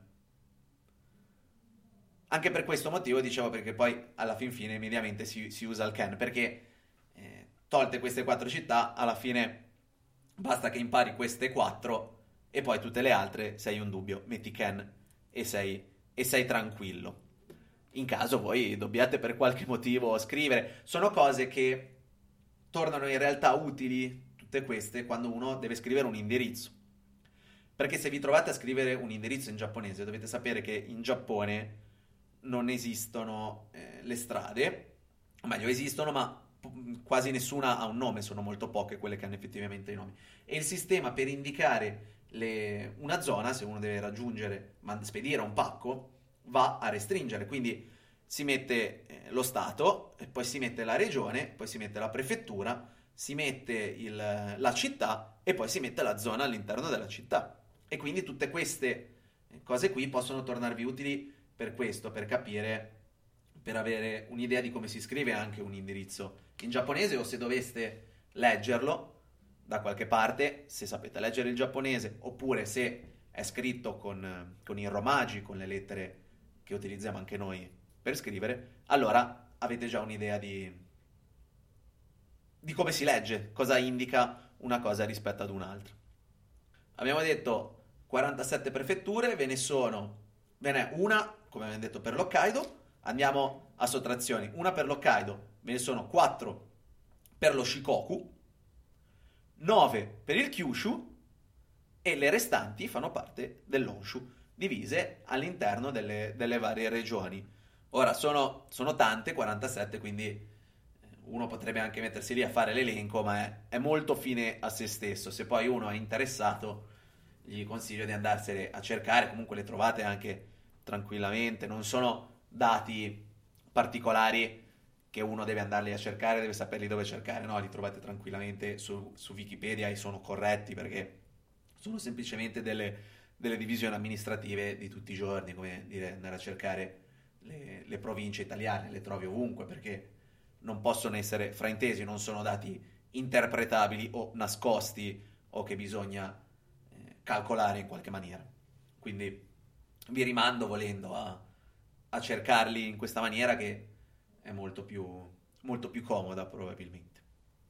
Anche per questo motivo dicevo, perché poi alla fin fine immediatamente si usa il ken, perché tolte queste 4 città, alla fine basta che impari queste 4 e poi tutte le altre, se hai un dubbio, metti Ken e sei tranquillo. In caso voi dobbiate per qualche motivo scrivere, sono cose che tornano in realtà utili, tutte queste, quando uno deve scrivere un indirizzo. Perché se vi trovate a scrivere un indirizzo in giapponese, dovete sapere che in Giappone non esistono le strade, o meglio esistono, ma quasi nessuna ha un nome, sono molto poche quelle che hanno effettivamente i nomi. E il sistema per indicare una zona, se uno deve raggiungere, spedire un pacco, va a restringere. Quindi si mette lo Stato, e poi si mette la regione, poi si mette la prefettura, si mette la città e poi si mette la zona all'interno della città. E quindi tutte queste cose qui possono tornarvi utili per questo, per capire, per avere un'idea di come si scrive anche un indirizzo in giapponese, o se doveste leggerlo da qualche parte, se sapete leggere il giapponese, oppure se è scritto con il romaji, con le lettere che utilizziamo anche noi per scrivere, allora avete già un'idea di come si legge, cosa indica una cosa rispetto ad un'altra. Abbiamo detto 47 prefetture, ve n'è una, come abbiamo detto, per l'Hokkaido. Andiamo a sottrazioni. Una per l'Hokkaido, ve ne sono 4 per lo Shikoku, 9 per il Kyushu e le restanti fanno parte dell'Honshu, divise all'interno delle varie regioni. Ora, sono tante, 47, quindi uno potrebbe anche mettersi lì a fare l'elenco, ma è molto fine a se stesso. Se poi uno è interessato, gli consiglio di andarsene a cercare, comunque le trovate anche tranquillamente, non sono dati particolari che uno deve andarli a cercare, deve saperli dove cercare, no, li trovate tranquillamente su Wikipedia e sono corretti perché sono semplicemente delle divisioni amministrative di tutti i giorni, come dire, andare a cercare le province italiane, le trovi ovunque perché non possono essere fraintesi, non sono dati interpretabili o nascosti o che bisogna calcolare in qualche maniera. Quindi vi rimando volendo a cercarli in questa maniera che è molto più comoda probabilmente.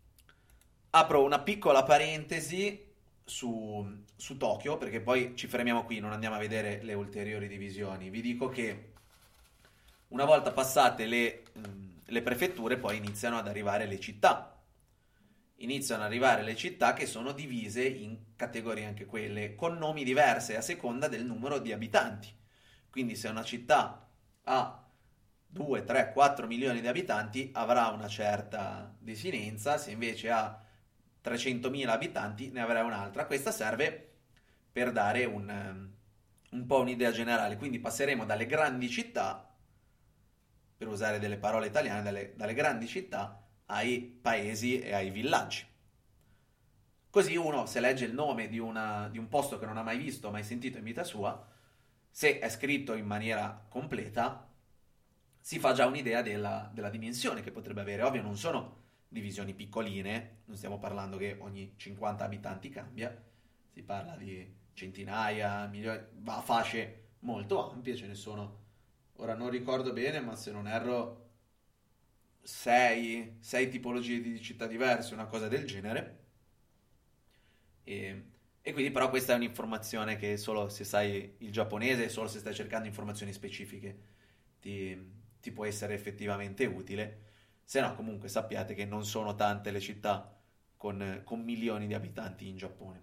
Apro una piccola parentesi su Tokyo, perché poi ci fermiamo qui, non andiamo a vedere le ulteriori divisioni. Vi dico che una volta passate le prefetture, poi iniziano ad arrivare le città. Iniziano ad arrivare le città che sono divise in categorie anche quelle, con nomi diverse a seconda del numero di abitanti. Quindi se una città ha 2, 3, 4 milioni di abitanti avrà una certa desinenza, se invece ha 300.000 abitanti ne avrà un'altra. Questa serve per dare un po' un'idea generale. Quindi passeremo dalle grandi città, per usare delle parole italiane, dalle grandi città ai paesi e ai villaggi. Così uno, se legge il nome di un posto che non ha mai visto, mai sentito in vita sua, se è scritto in maniera completa, si fa già un'idea della dimensione che potrebbe avere. Ovvio, non sono divisioni piccoline, non stiamo parlando che ogni 50 abitanti cambia, si parla di centinaia, milioni, va a fasce molto ampie, ce ne sono, ora non ricordo bene, ma se non erro 6 tipologie di città diverse, una cosa del genere. E quindi però questa è un'informazione che solo se sai il giapponese, solo se stai cercando informazioni specifiche ti può essere effettivamente utile. Se no, comunque sappiate che non sono tante le città con milioni di abitanti in Giappone.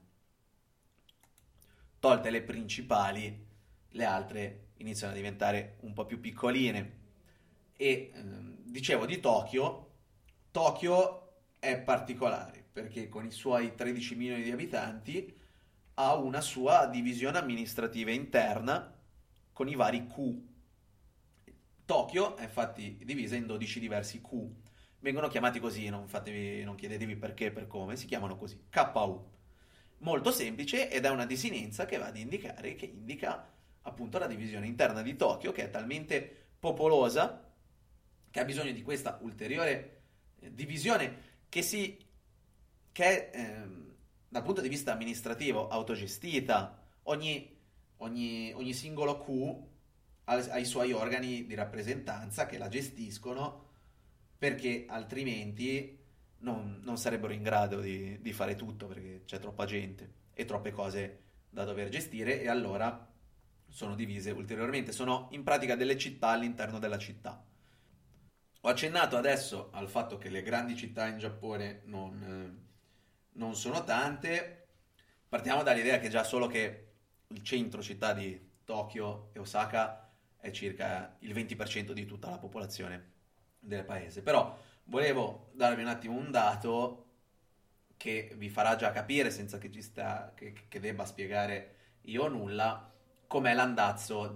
Tolte le principali, le altre iniziano a diventare un po' più piccoline. E dicevo di Tokyo. Tokyo è particolare perché con i suoi 13 milioni di abitanti ha una sua divisione amministrativa interna con i vari Q. Tokyo è infatti divisa in 12 diversi Q. Vengono chiamati così, non chiedetevi perché, per come, si chiamano così, KU. Molto semplice, ed è una desinenza che va ad indicare, che indica appunto la divisione interna di Tokyo, che è talmente popolosa che ha bisogno di questa ulteriore divisione che è dal punto di vista amministrativo autogestita. Ogni singolo Q ha i suoi organi di rappresentanza che la gestiscono, perché altrimenti non sarebbero in grado di fare tutto, perché c'è troppa gente e troppe cose da dover gestire e allora sono divise ulteriormente. Sono in pratica delle città all'interno della città. Ho accennato adesso al fatto che le grandi città in Giappone non sono tante. Partiamo dall'idea che già solo che il centro città di Tokyo e Osaka è circa il 20% di tutta la popolazione del paese. Però volevo darvi un attimo un dato che vi farà già capire, senza che debba spiegare io nulla, com'è l'andazzo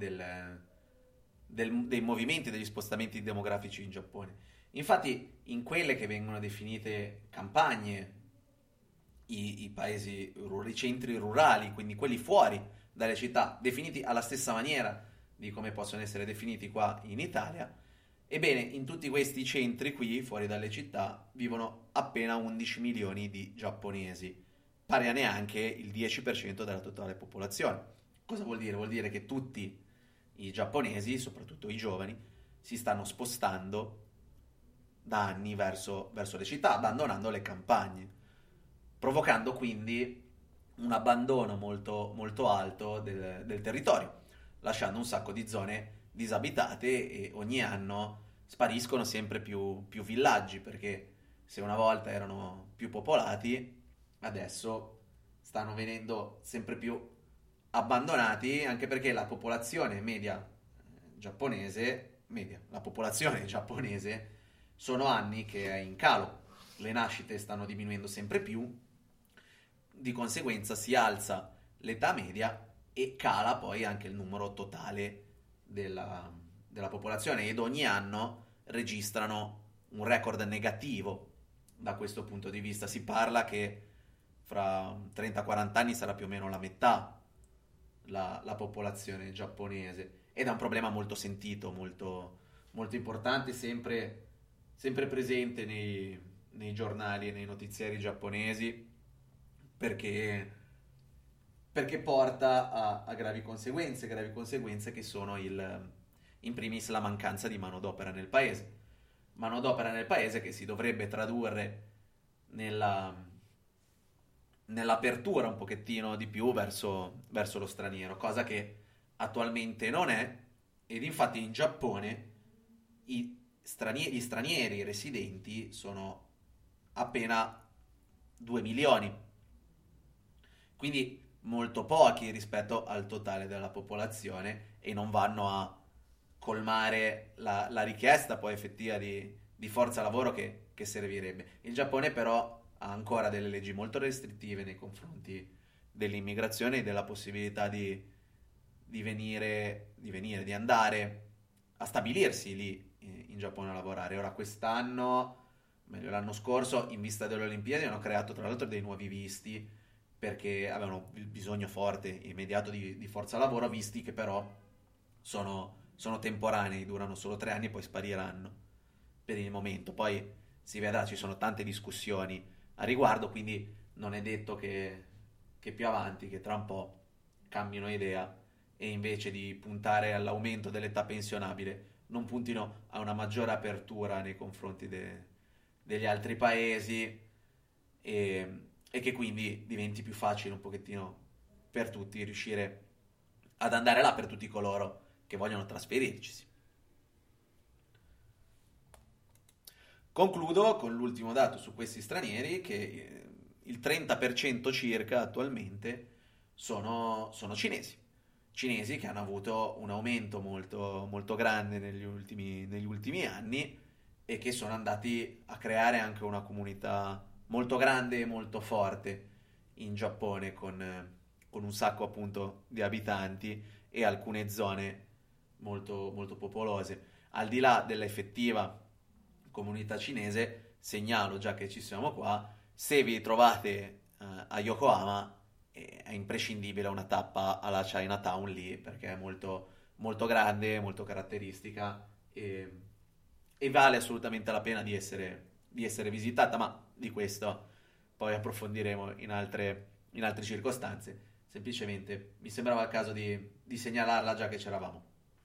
dei movimenti, degli spostamenti demografici in Giappone. Infatti, in quelle che vengono definite campagne, i paesi, i centri rurali, quindi quelli fuori dalle città, definiti alla stessa maniera di come possono essere definiti qua in Italia, ebbene, in tutti questi centri qui, fuori dalle città, vivono appena 11 milioni di giapponesi, pari a neanche il 10% della totale popolazione. Cosa vuol dire? Vuol dire che tutti i giapponesi, soprattutto i giovani, si stanno spostando da anni verso le città, abbandonando le campagne, provocando quindi un abbandono molto, molto alto del territorio, lasciando un sacco di zone disabitate e ogni anno spariscono sempre più villaggi, perché se una volta erano più popolati, adesso stanno venendo sempre più abbandonati, anche perché la popolazione la popolazione giapponese sono anni che è in calo, le nascite stanno diminuendo sempre più, di conseguenza si alza l'età media e cala poi anche il numero totale della popolazione, ed ogni anno registrano un record negativo da questo punto di vista. Si parla che fra 30-40 anni sarà più o meno la metà la popolazione giapponese, ed è un problema molto sentito, molto, molto importante, sempre presente nei giornali e nei notiziari giapponesi, perché porta a gravi conseguenze che sono in primis la mancanza di manodopera nel paese. Manodopera nel paese che si dovrebbe tradurre nell'apertura un pochettino di più verso lo straniero, cosa che attualmente non è, ed infatti in Giappone gli stranieri residenti sono appena 2 milioni, quindi molto pochi rispetto al totale della popolazione, e non vanno a colmare la richiesta poi effettiva di forza lavoro che servirebbe. Il Giappone però ha ancora delle leggi molto restrittive nei confronti dell'immigrazione e della possibilità di andare a stabilirsi lì in Giappone a lavorare. Ora quest'anno, meglio l'anno scorso, in vista delle Olimpiadi hanno creato tra l'altro dei nuovi visti, perché avevano il bisogno forte, immediato di forza lavoro, visti che però sono temporanei, durano solo 3 anni e poi spariranno per il momento. Poi si vedrà, ci sono tante discussioni a riguardo, quindi non è detto che più avanti, che tra un po' cambino idea e invece di puntare all'aumento dell'età pensionabile non puntino a una maggiore apertura nei confronti degli altri paesi, e che quindi diventi più facile un pochettino per tutti riuscire ad andare là, per tutti coloro che vogliono trasferirci. Concludo con l'ultimo dato su questi stranieri, che il 30% circa attualmente sono cinesi che hanno avuto un aumento molto, molto grande negli ultimi anni, e che sono andati a creare anche una comunità molto grande e molto forte in Giappone, con un sacco appunto di abitanti e alcune zone molto, molto popolose. Al di là dell'effettiva comunità cinese, segnalo, già che ci siamo qua, se vi trovate a Yokohama, è imprescindibile una tappa alla Chinatown lì, perché è molto, molto grande, molto caratteristica, e vale assolutamente la pena di essere visitata, ma di questo poi approfondiremo in altre circostanze. Semplicemente mi sembrava il caso di segnalarla, già che c'eravamo.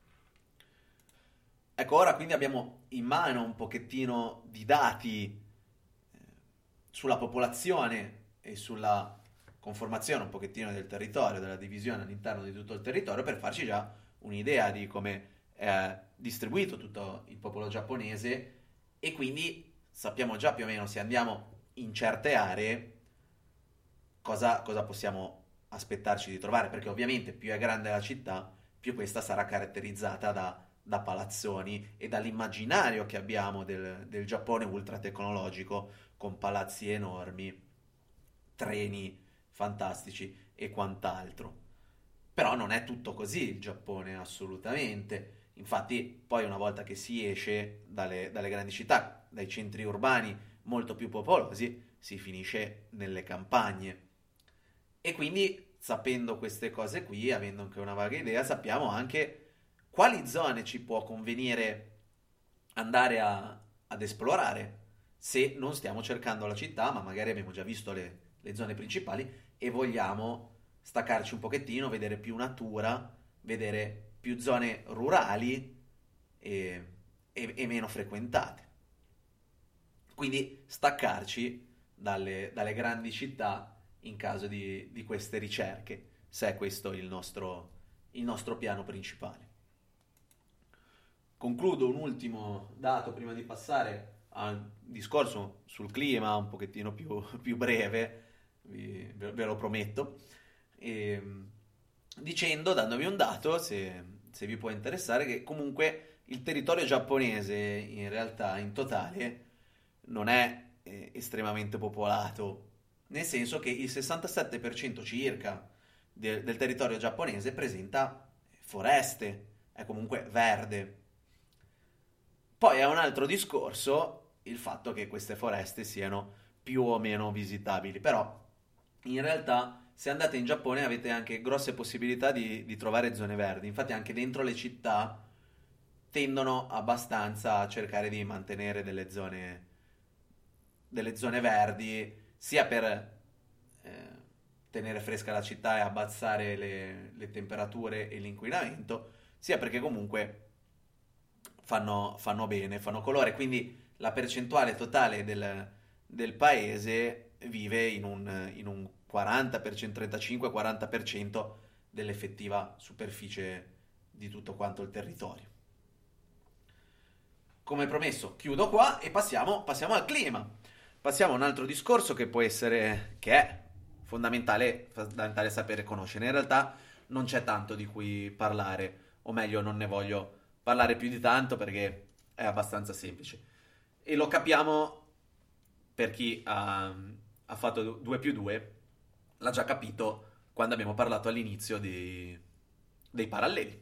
Ecco, ora quindi abbiamo in mano un pochettino di dati sulla popolazione e sulla conformazione un pochettino del territorio, della divisione all'interno di tutto il territorio, per farci già un'idea di come è distribuito tutto il popolo giapponese, e quindi sappiamo già più o meno, se andiamo in certe aree, cosa possiamo aspettarci di trovare, perché ovviamente più è grande la città, più questa sarà caratterizzata da palazzoni e dall'immaginario che abbiamo del Giappone ultra tecnologico, con palazzi enormi, treni fantastici e quant'altro. Però non è tutto così il Giappone, assolutamente. Infatti, poi una volta che si esce dalle grandi città, dai centri urbani molto più popolosi, si finisce nelle campagne. E quindi, sapendo queste cose qui, avendo anche una vaga idea, sappiamo anche quali zone ci può convenire andare ad esplorare, se non stiamo cercando la città, ma magari abbiamo già visto le zone principali e vogliamo staccarci un pochettino, vedere più natura, vedere più zone rurali e meno frequentate. Quindi staccarci dalle grandi città in caso di queste ricerche, se è questo il nostro piano principale. Concludo un ultimo dato prima di passare al discorso sul clima, un pochettino più breve, ve lo prometto, dandovi un dato, se vi può interessare, che comunque il territorio giapponese in realtà in totale non è estremamente popolato, nel senso che il 67% circa del territorio giapponese presenta foreste, è comunque verde. Poi è un altro discorso il fatto che queste foreste siano più o meno visitabili, però in realtà se andate in Giappone avete anche grosse possibilità di trovare zone verdi. Infatti anche dentro le città tendono abbastanza a cercare di mantenere delle zone verdi, sia per tenere fresca la città e abbassare le temperature e l'inquinamento, sia perché comunque fanno bene, fanno colore, quindi la percentuale totale del paese vive in un 40%, 35-40% dell'effettiva superficie di tutto quanto il territorio. Come promesso, chiudo qua e passiamo al clima. Passiamo a un altro discorso che è fondamentale sapere e conoscere. In realtà non c'è tanto di cui parlare, o meglio, non ne voglio parlare più di tanto perché è abbastanza semplice. E lo capiamo per chi ha fatto 2 più 2, l'ha già capito quando abbiamo parlato all'inizio dei paralleli.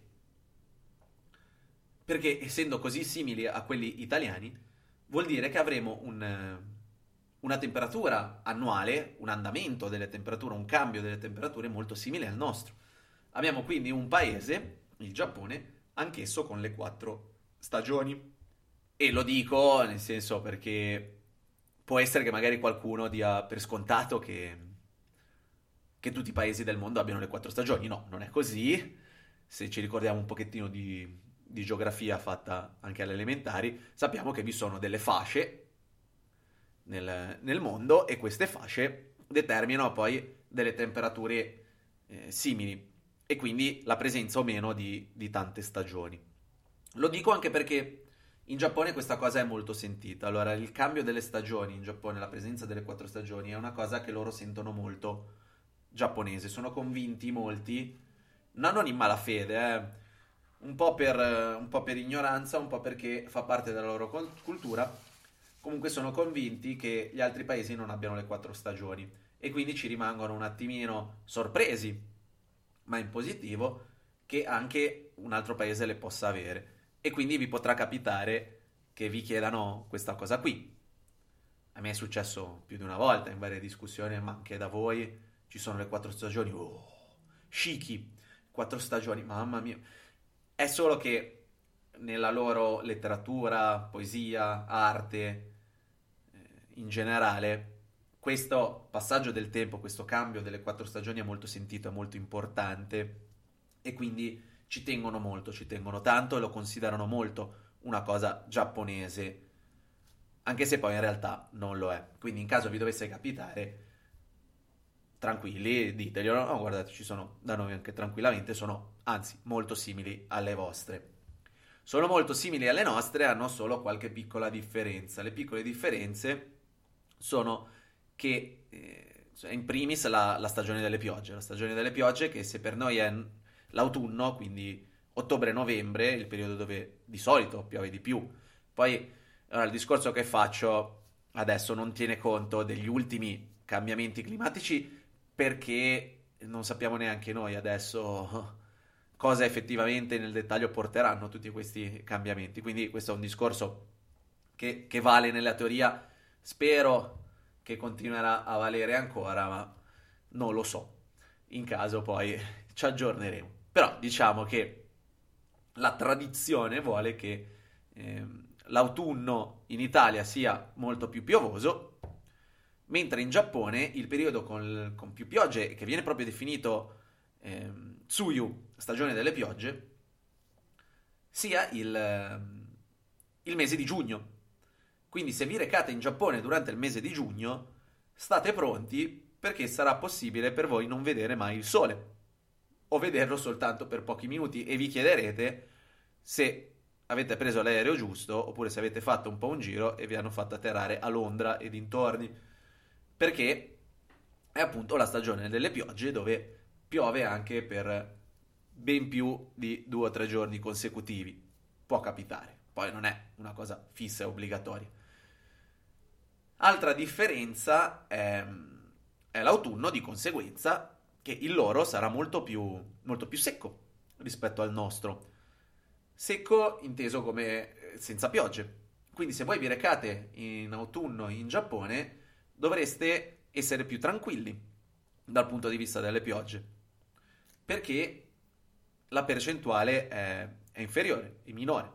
Perché essendo così simili a quelli italiani, vuol dire che avremo una temperatura annuale, un andamento delle temperature, un cambio delle temperature molto simile al nostro. Abbiamo quindi un paese, il Giappone, anch'esso con le 4 stagioni. E lo dico nel senso perché può essere che magari qualcuno dia per scontato che tutti i paesi del mondo abbiano le 4 stagioni. No, non è così. Se ci ricordiamo un pochettino di geografia fatta anche alle elementari, sappiamo che vi sono delle fasce nel mondo e queste fasce determinano poi delle temperature simili e quindi la presenza o meno di tante stagioni. Lo dico anche perché in Giappone questa cosa è molto sentita. Allora, il cambio delle stagioni in Giappone, la presenza delle 4 stagioni è una cosa che loro sentono molto giapponese. Sono convinti molti, non in malafede, un po' per ignoranza, un po' perché fa parte della loro cultura. Comunque sono convinti che gli altri paesi non abbiano le 4 stagioni e quindi ci rimangono un attimino sorpresi, ma in positivo, che anche un altro paese le possa avere. E quindi vi potrà capitare che vi chiedano questa cosa qui. A me è successo più di una volta in varie discussioni, ma anche da voi ci sono le 4 stagioni. Oh, shiki, 4 stagioni, mamma mia. È solo che nella loro letteratura, poesia, arte, in generale, questo passaggio del tempo, questo cambio delle 4 stagioni è molto sentito, è molto importante e quindi ci tengono tanto e lo considerano molto una cosa giapponese, anche se poi in realtà non lo è. Quindi in caso vi dovesse capitare, tranquilli, diteglielo, no, guardate, ci sono da noi anche tranquillamente, sono anzi molto simili alle vostre. Sono molto simili alle nostre, hanno solo qualche piccola differenza. Le piccole differenze sono che in primis la stagione delle piogge. La stagione delle piogge che se per noi è l'autunno, quindi ottobre-novembre, il periodo dove di solito piove di più. Poi allora, il discorso che faccio adesso non tiene conto degli ultimi cambiamenti climatici perché non sappiamo neanche noi adesso cosa effettivamente nel dettaglio porteranno tutti questi cambiamenti. Quindi questo è un discorso che vale nella teoria, spero che continuerà a valere ancora, ma non lo so. In caso poi ci aggiorneremo. Però diciamo che la tradizione vuole che l'autunno in Italia sia molto più piovoso, mentre in Giappone il periodo con più piogge, che viene proprio definito Tsuyu, stagione delle piogge, sia il mese di giugno. Quindi se vi recate in Giappone durante il mese di giugno, state pronti perché sarà possibile per voi non vedere mai il sole o vederlo soltanto per pochi minuti e vi chiederete se avete preso l'aereo giusto oppure se avete fatto un po' un giro e vi hanno fatto atterrare a Londra e dintorni, perché è appunto la stagione delle piogge dove piove anche per ben più di 2 o 3 giorni consecutivi. Può capitare, poi non è una cosa fissa e obbligatoria. Altra differenza è l'autunno, di conseguenza, che il loro sarà molto più secco rispetto al nostro. Secco inteso come senza piogge. Quindi se voi vi recate in autunno in Giappone, dovreste essere più tranquilli dal punto di vista delle piogge, perché la percentuale è inferiore, è minore.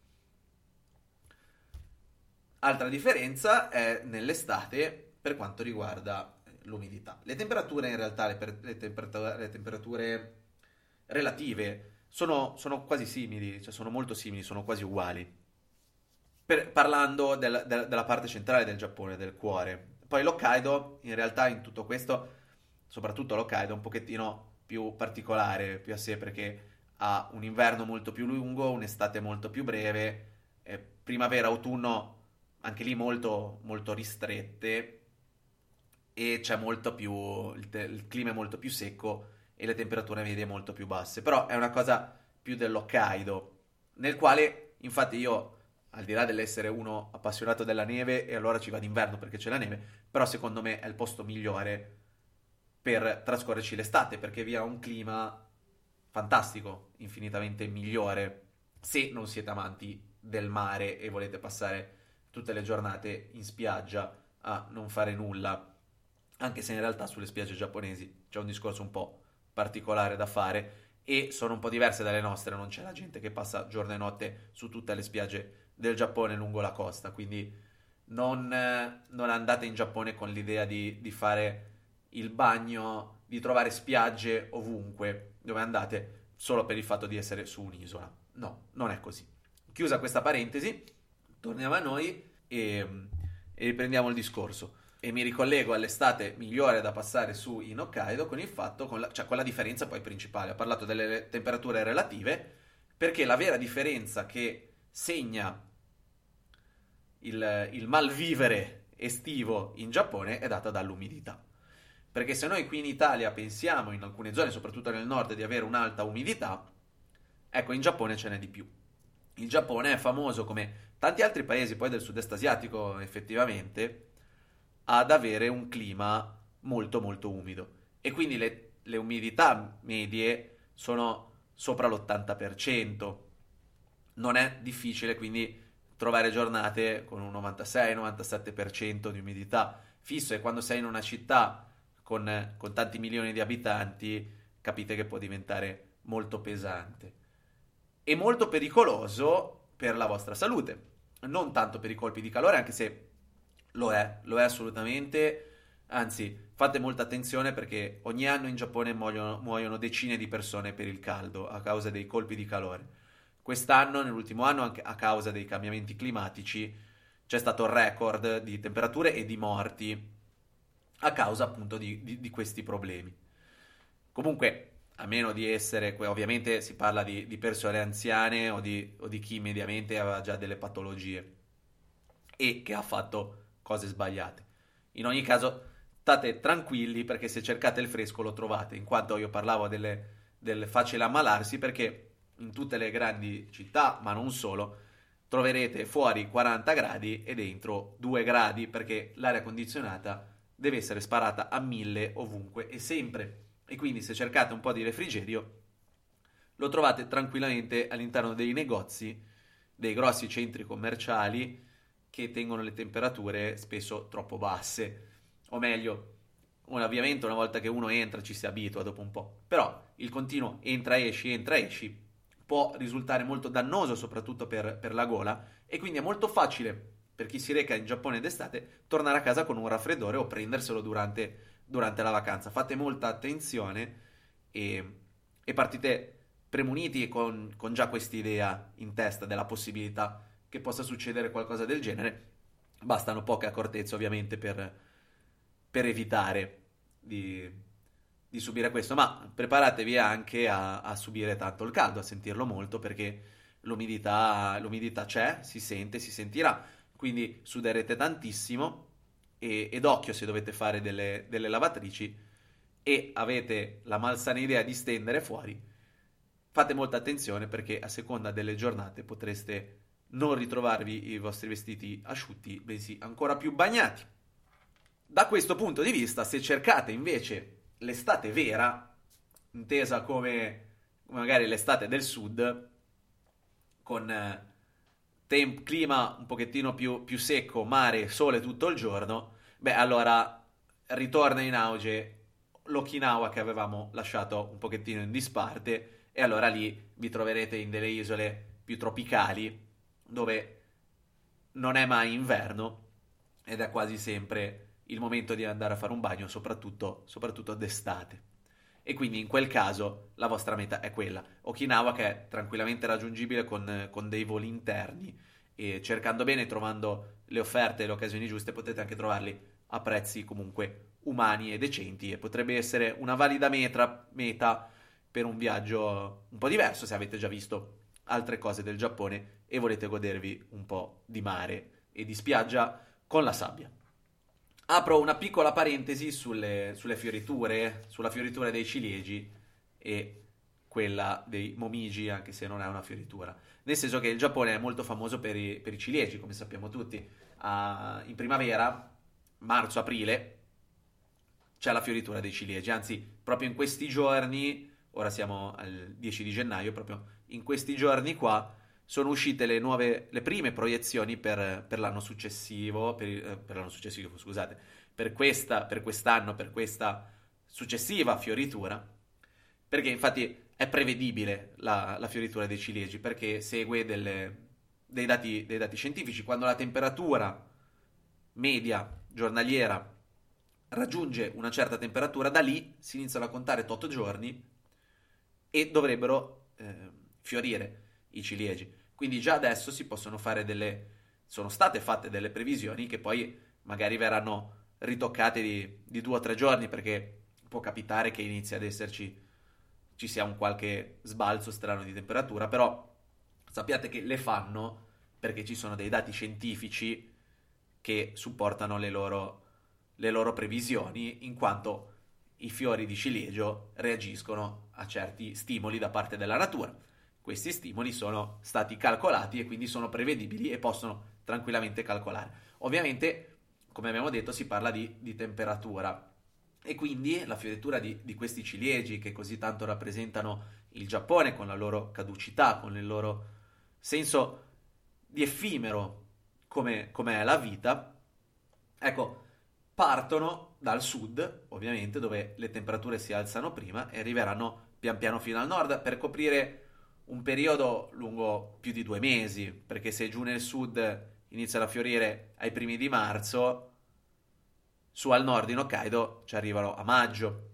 Altra differenza è nell'estate per quanto riguarda l'umidità. Le temperature in realtà, le temperature relative sono quasi simili, cioè sono molto simili, sono quasi uguali. Parlando della parte centrale del Giappone, del cuore. Poi l'Hokkaido, in realtà in tutto questo, soprattutto l'Hokkaido, è un pochettino più particolare, più a sé, perché ha un inverno molto più lungo, un'estate molto più breve, primavera, autunno anche lì molto, molto ristrette, e c'è molto più, il clima è molto più secco e le temperature medie molto più basse. Però è una cosa più dell'Hokkaido, nel quale infatti io, al di là dell'essere uno appassionato della neve, e allora ci va d'inverno perché c'è la neve, però secondo me è il posto migliore per trascorrerci l'estate, perché vi ha un clima fantastico, infinitamente migliore, se non siete amanti del mare e volete passare tutte le giornate in spiaggia a non fare nulla, anche se in realtà sulle spiagge giapponesi c'è un discorso un po' particolare da fare e sono un po' diverse dalle nostre, non c'è la gente che passa giorno e notte su tutte le spiagge del Giappone lungo la costa, quindi non andate in Giappone con l'idea di fare il bagno, di trovare spiagge ovunque dove andate solo per il fatto di essere su un'isola. No, non è così. Chiusa questa parentesi, torniamo a noi e riprendiamo il discorso. E mi ricollego all'estate migliore da passare su in Hokkaido con il fatto, con la differenza poi principale. Ho parlato delle temperature relative, perché la vera differenza che segna il malvivere estivo in Giappone è data dall'umidità. Perché se noi qui in Italia pensiamo, in alcune zone, soprattutto nel nord, di avere un'alta umidità, ecco, in Giappone ce n'è di più. Il Giappone è famoso, come tanti altri paesi poi del sud-est asiatico, effettivamente, ad avere un clima molto molto umido. E quindi le umidità medie sono sopra l'80%. Non è difficile quindi trovare giornate con un 96-97% di umidità fisso, e quando sei in una città con tanti milioni di abitanti capite che può diventare molto pesante e molto pericoloso per la vostra salute, non tanto per i colpi di calore, anche se lo è assolutamente, anzi fate molta attenzione perché ogni anno in Giappone muoiono decine di persone per il caldo a causa dei colpi di calore. Quest'anno, nell'ultimo anno, anche a causa dei cambiamenti climatici, c'è stato un record di temperature e di morti a causa appunto di questi problemi. Comunque, a meno di essere, ovviamente si parla di persone anziane o di chi mediamente aveva già delle patologie e che ha fatto cose sbagliate. In ogni caso, state tranquilli perché se cercate il fresco lo trovate, in quanto io parlavo del facile ammalarsi, perché in tutte le grandi città, ma non solo, troverete fuori 40 gradi e dentro 2 gradi, perché l'aria condizionata deve essere sparata a 1000 ovunque e sempre. E quindi se cercate un po' di refrigerio, lo trovate tranquillamente all'interno dei negozi, dei grossi centri commerciali che tengono le temperature spesso troppo basse. O meglio, ovviamente una volta che uno entra ci si abitua dopo un po'. Però il continuo entra esci può risultare molto dannoso soprattutto per la gola e quindi è molto facile per chi si reca in Giappone d'estate tornare a casa con un raffreddore o prenderselo durante la vacanza. Fate molta attenzione e partite premuniti con già quest'idea in testa della possibilità che possa succedere qualcosa del genere. Bastano poche accortezze ovviamente per evitare di subire questo, ma preparatevi anche a subire tanto il caldo, a sentirlo molto perché l'umidità c'è, si sente, si sentirà, quindi suderete tantissimo ed occhio se dovete fare delle lavatrici e avete la malsana idea di stendere fuori, fate molta attenzione perché a seconda delle giornate potreste non ritrovarvi i vostri vestiti asciutti, bensì ancora più bagnati. Da questo punto di vista, se cercate invece l'estate vera, intesa come magari l'estate del sud, con clima un pochettino più secco, mare, sole tutto il giorno, beh, allora ritorna in auge l'Okinawa che avevamo lasciato un pochettino in disparte e allora lì vi troverete in delle isole più tropicali dove non è mai inverno ed è quasi sempre il momento di andare a fare un bagno, soprattutto d'estate. E quindi in quel caso la vostra meta è quella. Okinawa che è tranquillamente raggiungibile con dei voli interni e cercando bene, trovando le offerte e le occasioni giuste, potete anche trovarli a prezzi comunque umani e decenti e potrebbe essere una valida meta per un viaggio un po' diverso se avete già visto altre cose del Giappone e volete godervi un po' di mare e di spiaggia con la sabbia. Apro una piccola parentesi sulle fioriture, sulla fioritura dei ciliegi e quella dei momiji, anche se non è una fioritura. Nel senso che il Giappone è molto famoso per i ciliegi, come sappiamo tutti. In primavera, marzo-aprile, c'è la fioritura dei ciliegi. Anzi, proprio in questi giorni, ora siamo al 10 di gennaio, proprio in questi giorni qua, sono uscite le prime proiezioni per l'anno successivo, per l'anno successivo, scusate, per quest'anno, per questa successiva fioritura, perché infatti è prevedibile la fioritura dei ciliegi, perché segue dei dati scientifici. Quando la temperatura media giornaliera raggiunge una certa temperatura, da lì si iniziano a contare tot giorni e dovrebbero fiorire i ciliegi. Quindi già adesso si possono fare sono state fatte delle previsioni che poi magari verranno ritoccate di 2 o 3 giorni perché può capitare che inizi ad esserci ci sia un qualche sbalzo strano di temperatura, però sappiate che le fanno perché ci sono dei dati scientifici che supportano le loro previsioni, in quanto i fiori di ciliegio reagiscono a certi stimoli da parte della natura. Questi stimoli sono stati calcolati e quindi sono prevedibili e possono tranquillamente calcolare. Ovviamente, come abbiamo detto, si parla di temperatura e quindi la fioritura di questi ciliegi che così tanto rappresentano il Giappone con la loro caducità, con il loro senso di effimero come è la vita, ecco, partono dal sud, ovviamente, dove le temperature si alzano prima e arriveranno pian piano fino al nord per coprire un periodo lungo più di 2 mesi, perché se giù nel sud iniziano a fiorire ai primi di marzo, su al nord in Hokkaido ci arrivano a maggio.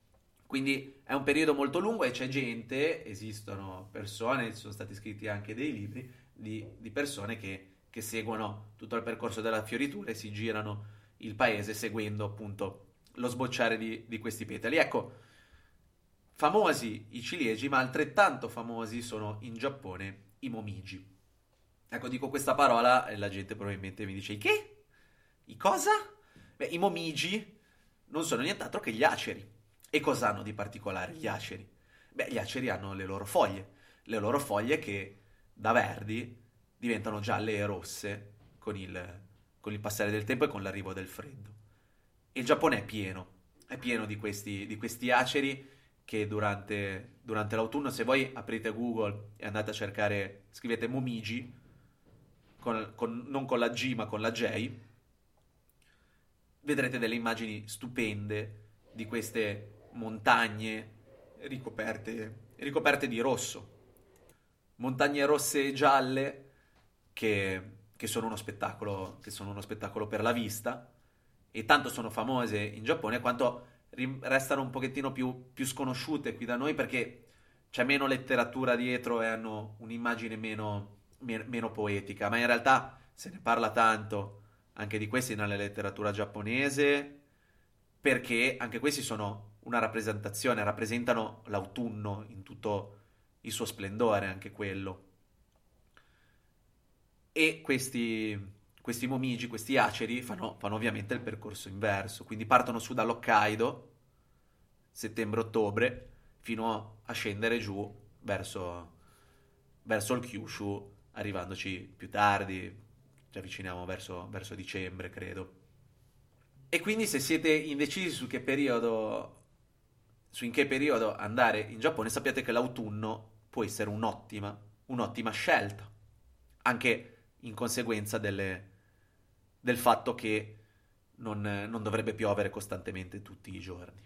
Quindi è un periodo molto lungo e c'è gente, esistono persone, ci sono stati scritti anche dei libri di persone che seguono tutto il percorso della fioritura e si girano il paese seguendo appunto lo sbocciare di questi petali. Ecco, famosi i ciliegi, ma altrettanto famosi sono in Giappone i momiji. Ecco, dico questa parola e la gente probabilmente mi dice: i che? I cosa? Beh, i momiji non sono nient'altro che gli aceri. E cosa hanno di particolare gli aceri? Beh, gli aceri hanno le loro foglie che da verdi diventano gialle e rosse con il passare del tempo e con l'arrivo del freddo. E il Giappone è pieno di questi aceri che durante l'autunno, se voi aprite Google e andate a cercare, scrivete momiji, non con la G ma con la J, vedrete delle immagini stupende di queste montagne ricoperte di rosso. Montagne rosse e gialle che sono uno spettacolo per la vista, e tanto sono famose in Giappone quanto restano un pochettino più sconosciute qui da noi, perché c'è meno letteratura dietro e hanno un'immagine meno poetica, ma in realtà se ne parla tanto anche di questi nella letteratura giapponese, perché anche questi sono una rappresentazione, rappresentano l'autunno in tutto il suo splendore, anche quello. E questi momiji, questi aceri, fanno ovviamente il percorso inverso, quindi partono su dall'Hokkaido, settembre-ottobre, fino a scendere giù verso il Kyushu, arrivandoci più tardi, ci avviciniamo verso dicembre, credo. E quindi se siete indecisi su in che periodo andare in Giappone, sappiate che l'autunno può essere un'ottima scelta, anche in conseguenza del fatto che non dovrebbe piovere costantemente tutti i giorni.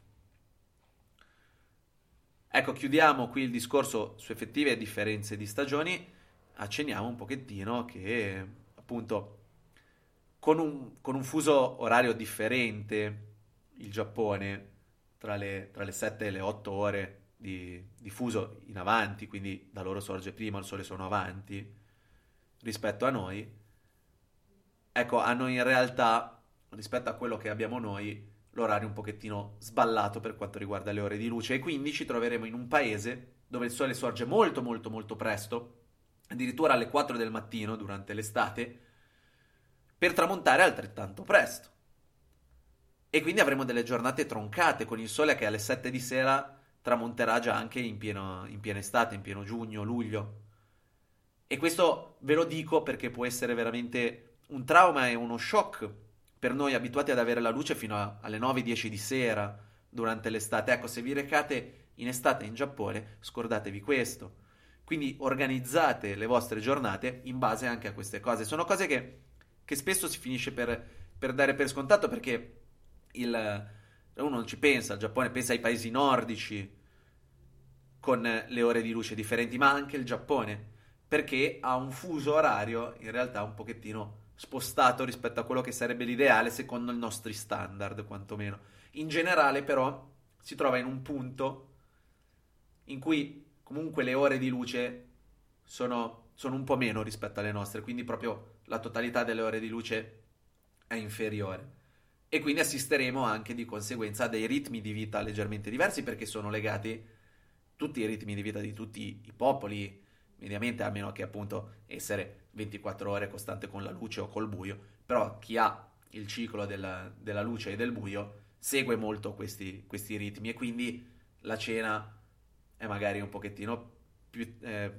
Ecco, chiudiamo qui il discorso su effettive differenze di stagioni, accenniamo un pochettino che appunto con un fuso orario differente il Giappone, tra le 7 e le 8 ore di fuso in avanti, quindi da loro sorge prima, il sole sono avanti rispetto a noi, ecco, hanno in realtà, rispetto a quello che abbiamo noi, l'orario un pochettino sballato per quanto riguarda le ore di luce, e quindi ci troveremo in un paese dove il sole sorge molto molto molto presto, addirittura alle 4 del mattino durante l'estate, per tramontare altrettanto presto. E quindi avremo delle giornate troncate, con il sole che alle 7 di sera tramonterà già anche in piena estate, in pieno giugno, luglio. E questo ve lo dico perché può essere veramente un trauma e uno shock per noi abituati ad avere la luce fino alle 9-10 di sera durante l'estate. Ecco, se vi recate in estate in Giappone, scordatevi questo. Quindi organizzate le vostre giornate in base anche a queste cose. Sono cose che spesso si finisce per dare per scontato, perché uno non ci pensa, il Giappone pensa ai paesi nordici con le ore di luce differenti, ma anche il Giappone, perché ha un fuso orario in realtà un pochettino spostato rispetto a quello che sarebbe l'ideale secondo i nostri standard, quantomeno. In generale, però, si trova in un punto in cui comunque le ore di luce sono un po' meno rispetto alle nostre, quindi proprio la totalità delle ore di luce è inferiore. E quindi assisteremo anche di conseguenza a dei ritmi di vita leggermente diversi, perché sono legati tutti i ritmi di vita di tutti i popoli, mediamente, a meno che appunto essere 24 ore costante con la luce o col buio, però chi ha il ciclo della luce e del buio segue molto questi ritmi, e quindi la cena è magari un pochettino più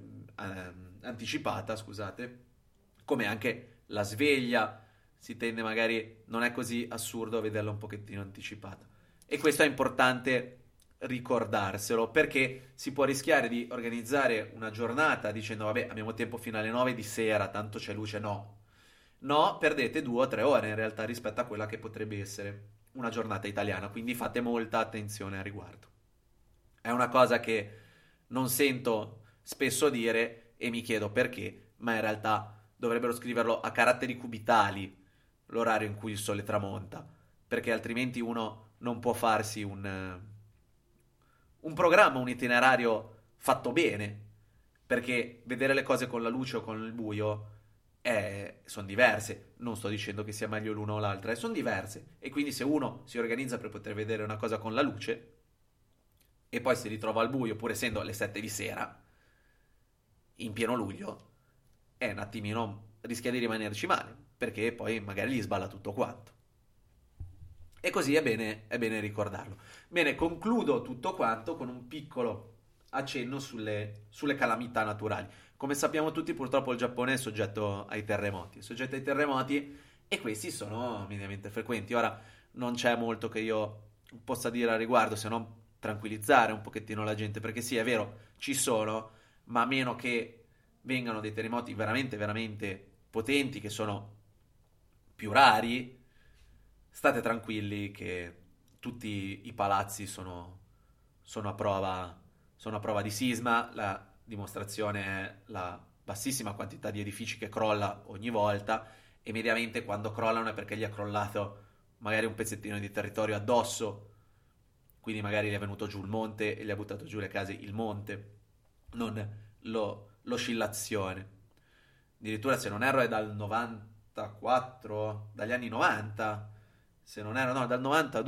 anticipata, scusate, come anche la sveglia si tende, magari non è così assurdo vederla un pochettino anticipata. E questo è importante ricordarselo, perché si può rischiare di organizzare una giornata dicendo vabbè, abbiamo tempo fino alle 9 di sera, tanto c'è luce. No, perdete 2 o 3 ore in realtà rispetto a quella che potrebbe essere una giornata italiana, quindi fate molta attenzione al riguardo. È una cosa che non sento spesso dire e mi chiedo perché, ma in realtà dovrebbero scriverlo a caratteri cubitali l'orario in cui il sole tramonta, perché altrimenti uno non può farsi un programma, un itinerario fatto bene, perché vedere le cose con la luce o con il buio sono diverse. Non sto dicendo che sia meglio l'una o l'altra, sono diverse. E quindi se uno si organizza per poter vedere una cosa con la luce e poi si ritrova al buio, pur essendo le 7 di sera, in pieno luglio, è un attimino, rischia di rimanerci male, perché poi magari gli sballa tutto quanto. E così è bene ricordarlo. Bene, concludo tutto quanto con un piccolo accenno sulle calamità naturali. Come sappiamo tutti, purtroppo il Giappone è soggetto ai terremoti. È soggetto ai terremoti e questi sono mediamente frequenti. Ora, non c'è molto che io possa dire a riguardo, se non tranquillizzare un pochettino la gente, perché sì, è vero, ci sono, ma a meno che vengano dei terremoti veramente, veramente potenti, che sono più rari, state tranquilli che tutti i palazzi sono a prova di sisma. La dimostrazione è la bassissima quantità di edifici che crolla ogni volta, e mediamente quando crollano è perché gli è crollato magari un pezzettino di territorio addosso, quindi magari gli è venuto giù il monte e gli ha buttato giù le case il monte, non l'oscillazione. Addirittura, se non erro, è dal 94, dagli anni 90, se non erro, no, dal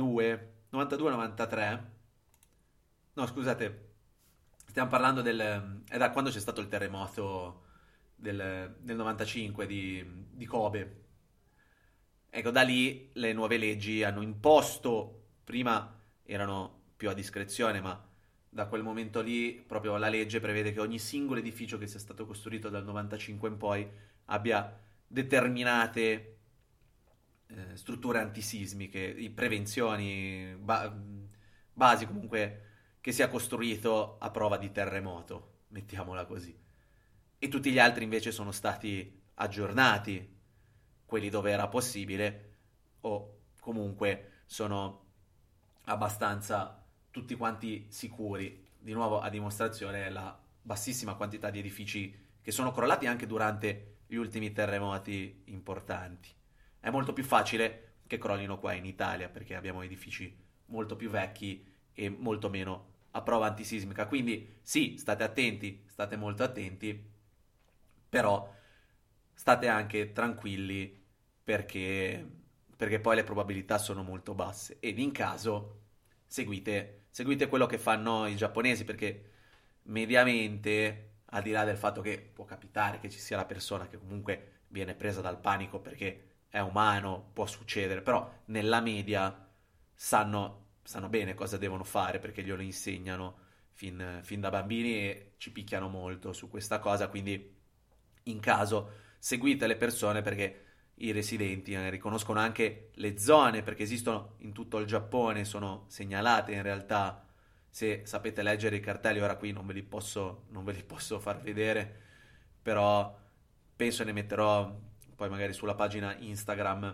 92-93. No, scusate, stiamo parlando è da quando c'è stato il terremoto del 95 di Kobe. Ecco, da lì le nuove leggi hanno imposto, prima erano più a discrezione, ma da quel momento lì proprio la legge prevede che ogni singolo edificio che sia stato costruito dal 95 in poi abbia determinate strutture antisismiche, prevenzioni, basi comunque, che sia costruito a prova di terremoto, mettiamola così. E tutti gli altri invece sono stati aggiornati, quelli dove era possibile, o comunque sono abbastanza tutti quanti sicuri. Di nuovo, a dimostrazione la bassissima quantità di edifici che sono crollati anche durante gli ultimi terremoti importanti. È molto più facile che crollino qua in Italia, perché abbiamo edifici molto più vecchi e molto meno a prova antisismica. Quindi sì, state attenti, state molto attenti, però state anche tranquilli, perché poi le probabilità sono molto basse. Ed in caso seguite quello che fanno i giapponesi, perché mediamente, al di là del fatto che può capitare che ci sia la persona che comunque viene presa dal panico perché è umano, può succedere, però nella media sanno bene cosa devono fare, perché glielo insegnano fin da bambini e ci picchiano molto su questa cosa. Quindi in caso seguite le persone, perché i residenti riconoscono anche le zone, perché esistono in tutto il Giappone, sono segnalate in realtà. Se sapete leggere i cartelli, ora qui non ve li posso far vedere, però penso ne metterò poi magari sulla pagina Instagram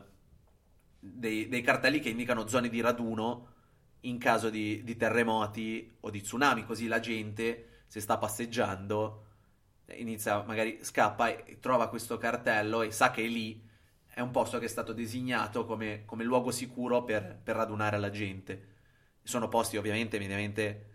dei cartelli che indicano zone di raduno in caso di terremoti o di tsunami, così la gente, se sta passeggiando, inizia, magari scappa e trova questo cartello e sa che è lì, è un posto che è stato designato come luogo sicuro per radunare la gente. Sono posti ovviamente mediamente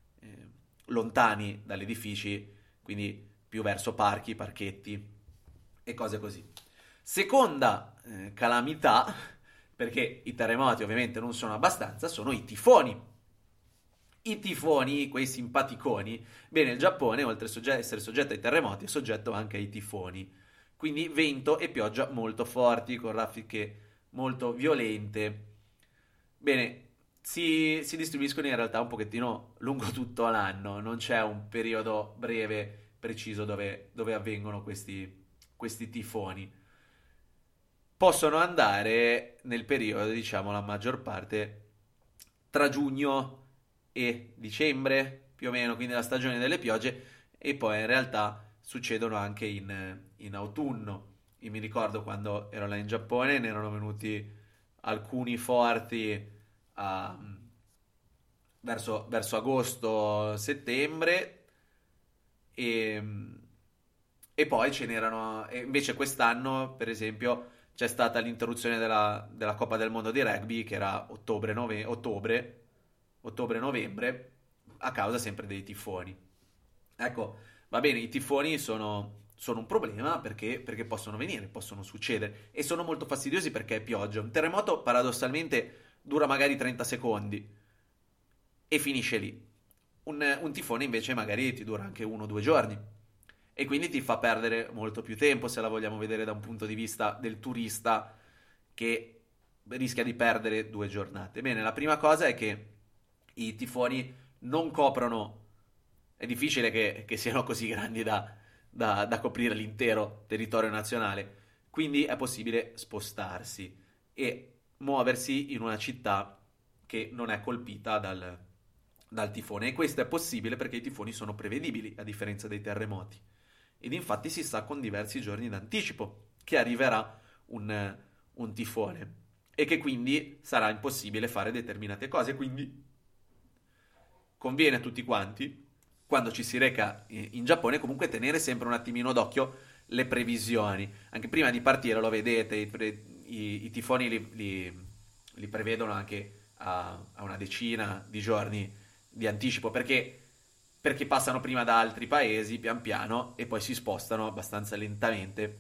lontani dagli edifici, quindi più verso parchi, parchetti e cose così. Seconda calamità, perché i terremoti ovviamente non sono abbastanza, sono i tifoni. I tifoni, quei simpaticoni, bene, il Giappone, oltre a essere soggetto ai terremoti, è soggetto anche ai tifoni. Quindi vento e pioggia molto forti, con raffiche molto violente. Bene, si distribuiscono in realtà un pochettino lungo tutto l'anno, non c'è un periodo breve, preciso, dove avvengono questi tifoni. Possono andare nel periodo, diciamo, la maggior parte tra giugno e dicembre, più o meno, quindi la stagione delle piogge, e poi in realtà succedono anche in autunno. Io mi ricordo quando ero là in Giappone, ne erano venuti alcuni forti verso agosto-settembre, e poi ce n'erano. E invece quest'anno, per esempio, c'è stata l'interruzione della Coppa del Mondo di rugby, che era ottobre-novembre, a causa sempre dei tifoni. Ecco, va bene, i tifoni sono sono un problema perché possono venire, possono succedere e sono molto fastidiosi perché è pioggia. Un terremoto paradossalmente dura magari 30 secondi e finisce lì. Un tifone invece magari ti dura anche 1 o 2 giorni e quindi ti fa perdere molto più tempo, se la vogliamo vedere da un punto di vista del turista che rischia di perdere 2 giornate. Bene, la prima cosa è che i tifoni non coprono, è difficile che siano così grandi da coprire l'intero territorio nazionale, quindi è possibile spostarsi e muoversi in una città che non è colpita dal tifone, e questo è possibile perché i tifoni sono prevedibili a differenza dei terremoti, ed infatti si sa con diversi giorni d'anticipo che arriverà un tifone e che quindi sarà impossibile fare determinate cose. Quindi conviene a tutti quanti, quando ci si reca in Giappone, comunque tenere sempre un attimino d'occhio le previsioni. Anche prima di partire, lo vedete, i tifoni li prevedono anche a una decina di giorni di anticipo, perché passano prima da altri paesi pian piano e poi si spostano abbastanza lentamente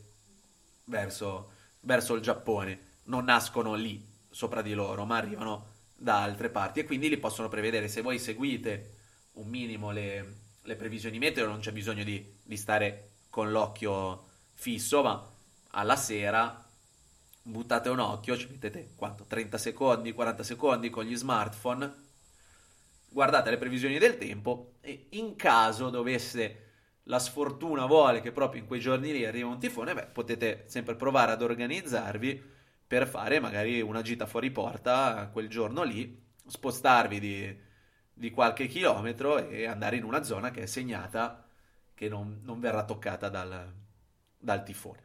verso il Giappone. Non nascono lì sopra di loro, ma arrivano da altre parti e quindi li possono prevedere. Se voi seguite un minimo le previsioni meteo, non c'è bisogno di stare con l'occhio fisso, ma alla sera buttate un occhio, ci mettete quanto? 30 secondi, 40 secondi con gli smartphone, guardate le previsioni del tempo e in caso dovesse la sfortuna vuole che proprio in quei giorni lì arriva un tifone, potete sempre provare ad organizzarvi per fare magari una gita fuori porta quel giorno lì, spostarvi di qualche chilometro e andare in una zona che è segnata, che non verrà toccata dal tifone.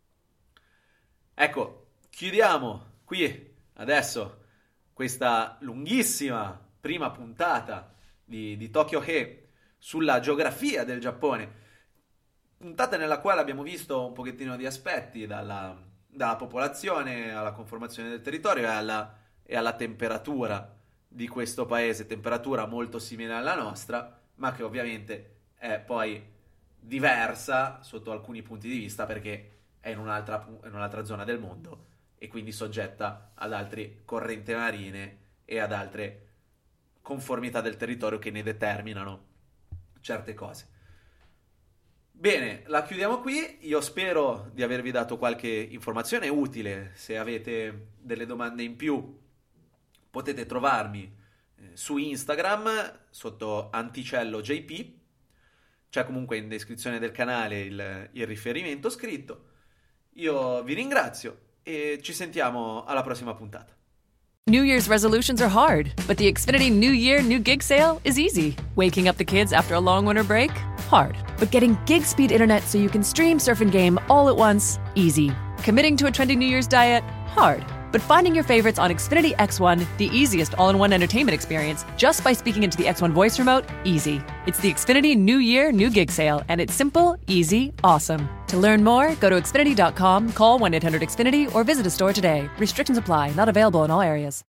Ecco, chiudiamo qui adesso questa lunghissima prima puntata di Tokyo He sulla geografia del Giappone, puntata nella quale abbiamo visto un pochettino di aspetti, dalla popolazione alla conformazione del territorio e alla temperatura di questo paese, temperatura molto simile alla nostra, ma che ovviamente è poi diversa sotto alcuni punti di vista perché è in un'altra zona del mondo e quindi soggetta ad altre correnti marine e ad altre conformità del territorio che ne determinano certe cose. Bene, la chiudiamo qui. Io spero di avervi dato qualche informazione utile. Se avete delle domande in più potete trovarmi su Instagram sotto AnticelloJP. C'è comunque in descrizione del canale il riferimento scritto. Io vi ringrazio e ci sentiamo alla prossima puntata. New Year's resolutions are hard, but the Xfinity New Year, New Gig sale is easy. Waking up the kids after a long winter break? Hard. But getting gig speed internet so you can stream, surf, and game all at once? Easy. Committing to a trendy New Year's diet? Hard. But finding your favorites on Xfinity X1, the easiest all-in-one entertainment experience, just by speaking into the X1 voice remote? Easy. It's the Xfinity New Year, New Gig sale, and it's simple, easy, awesome. To learn more, go to Xfinity.com, call 1-800-XFINITY, or visit a store today. Restrictions apply. Not available in all areas.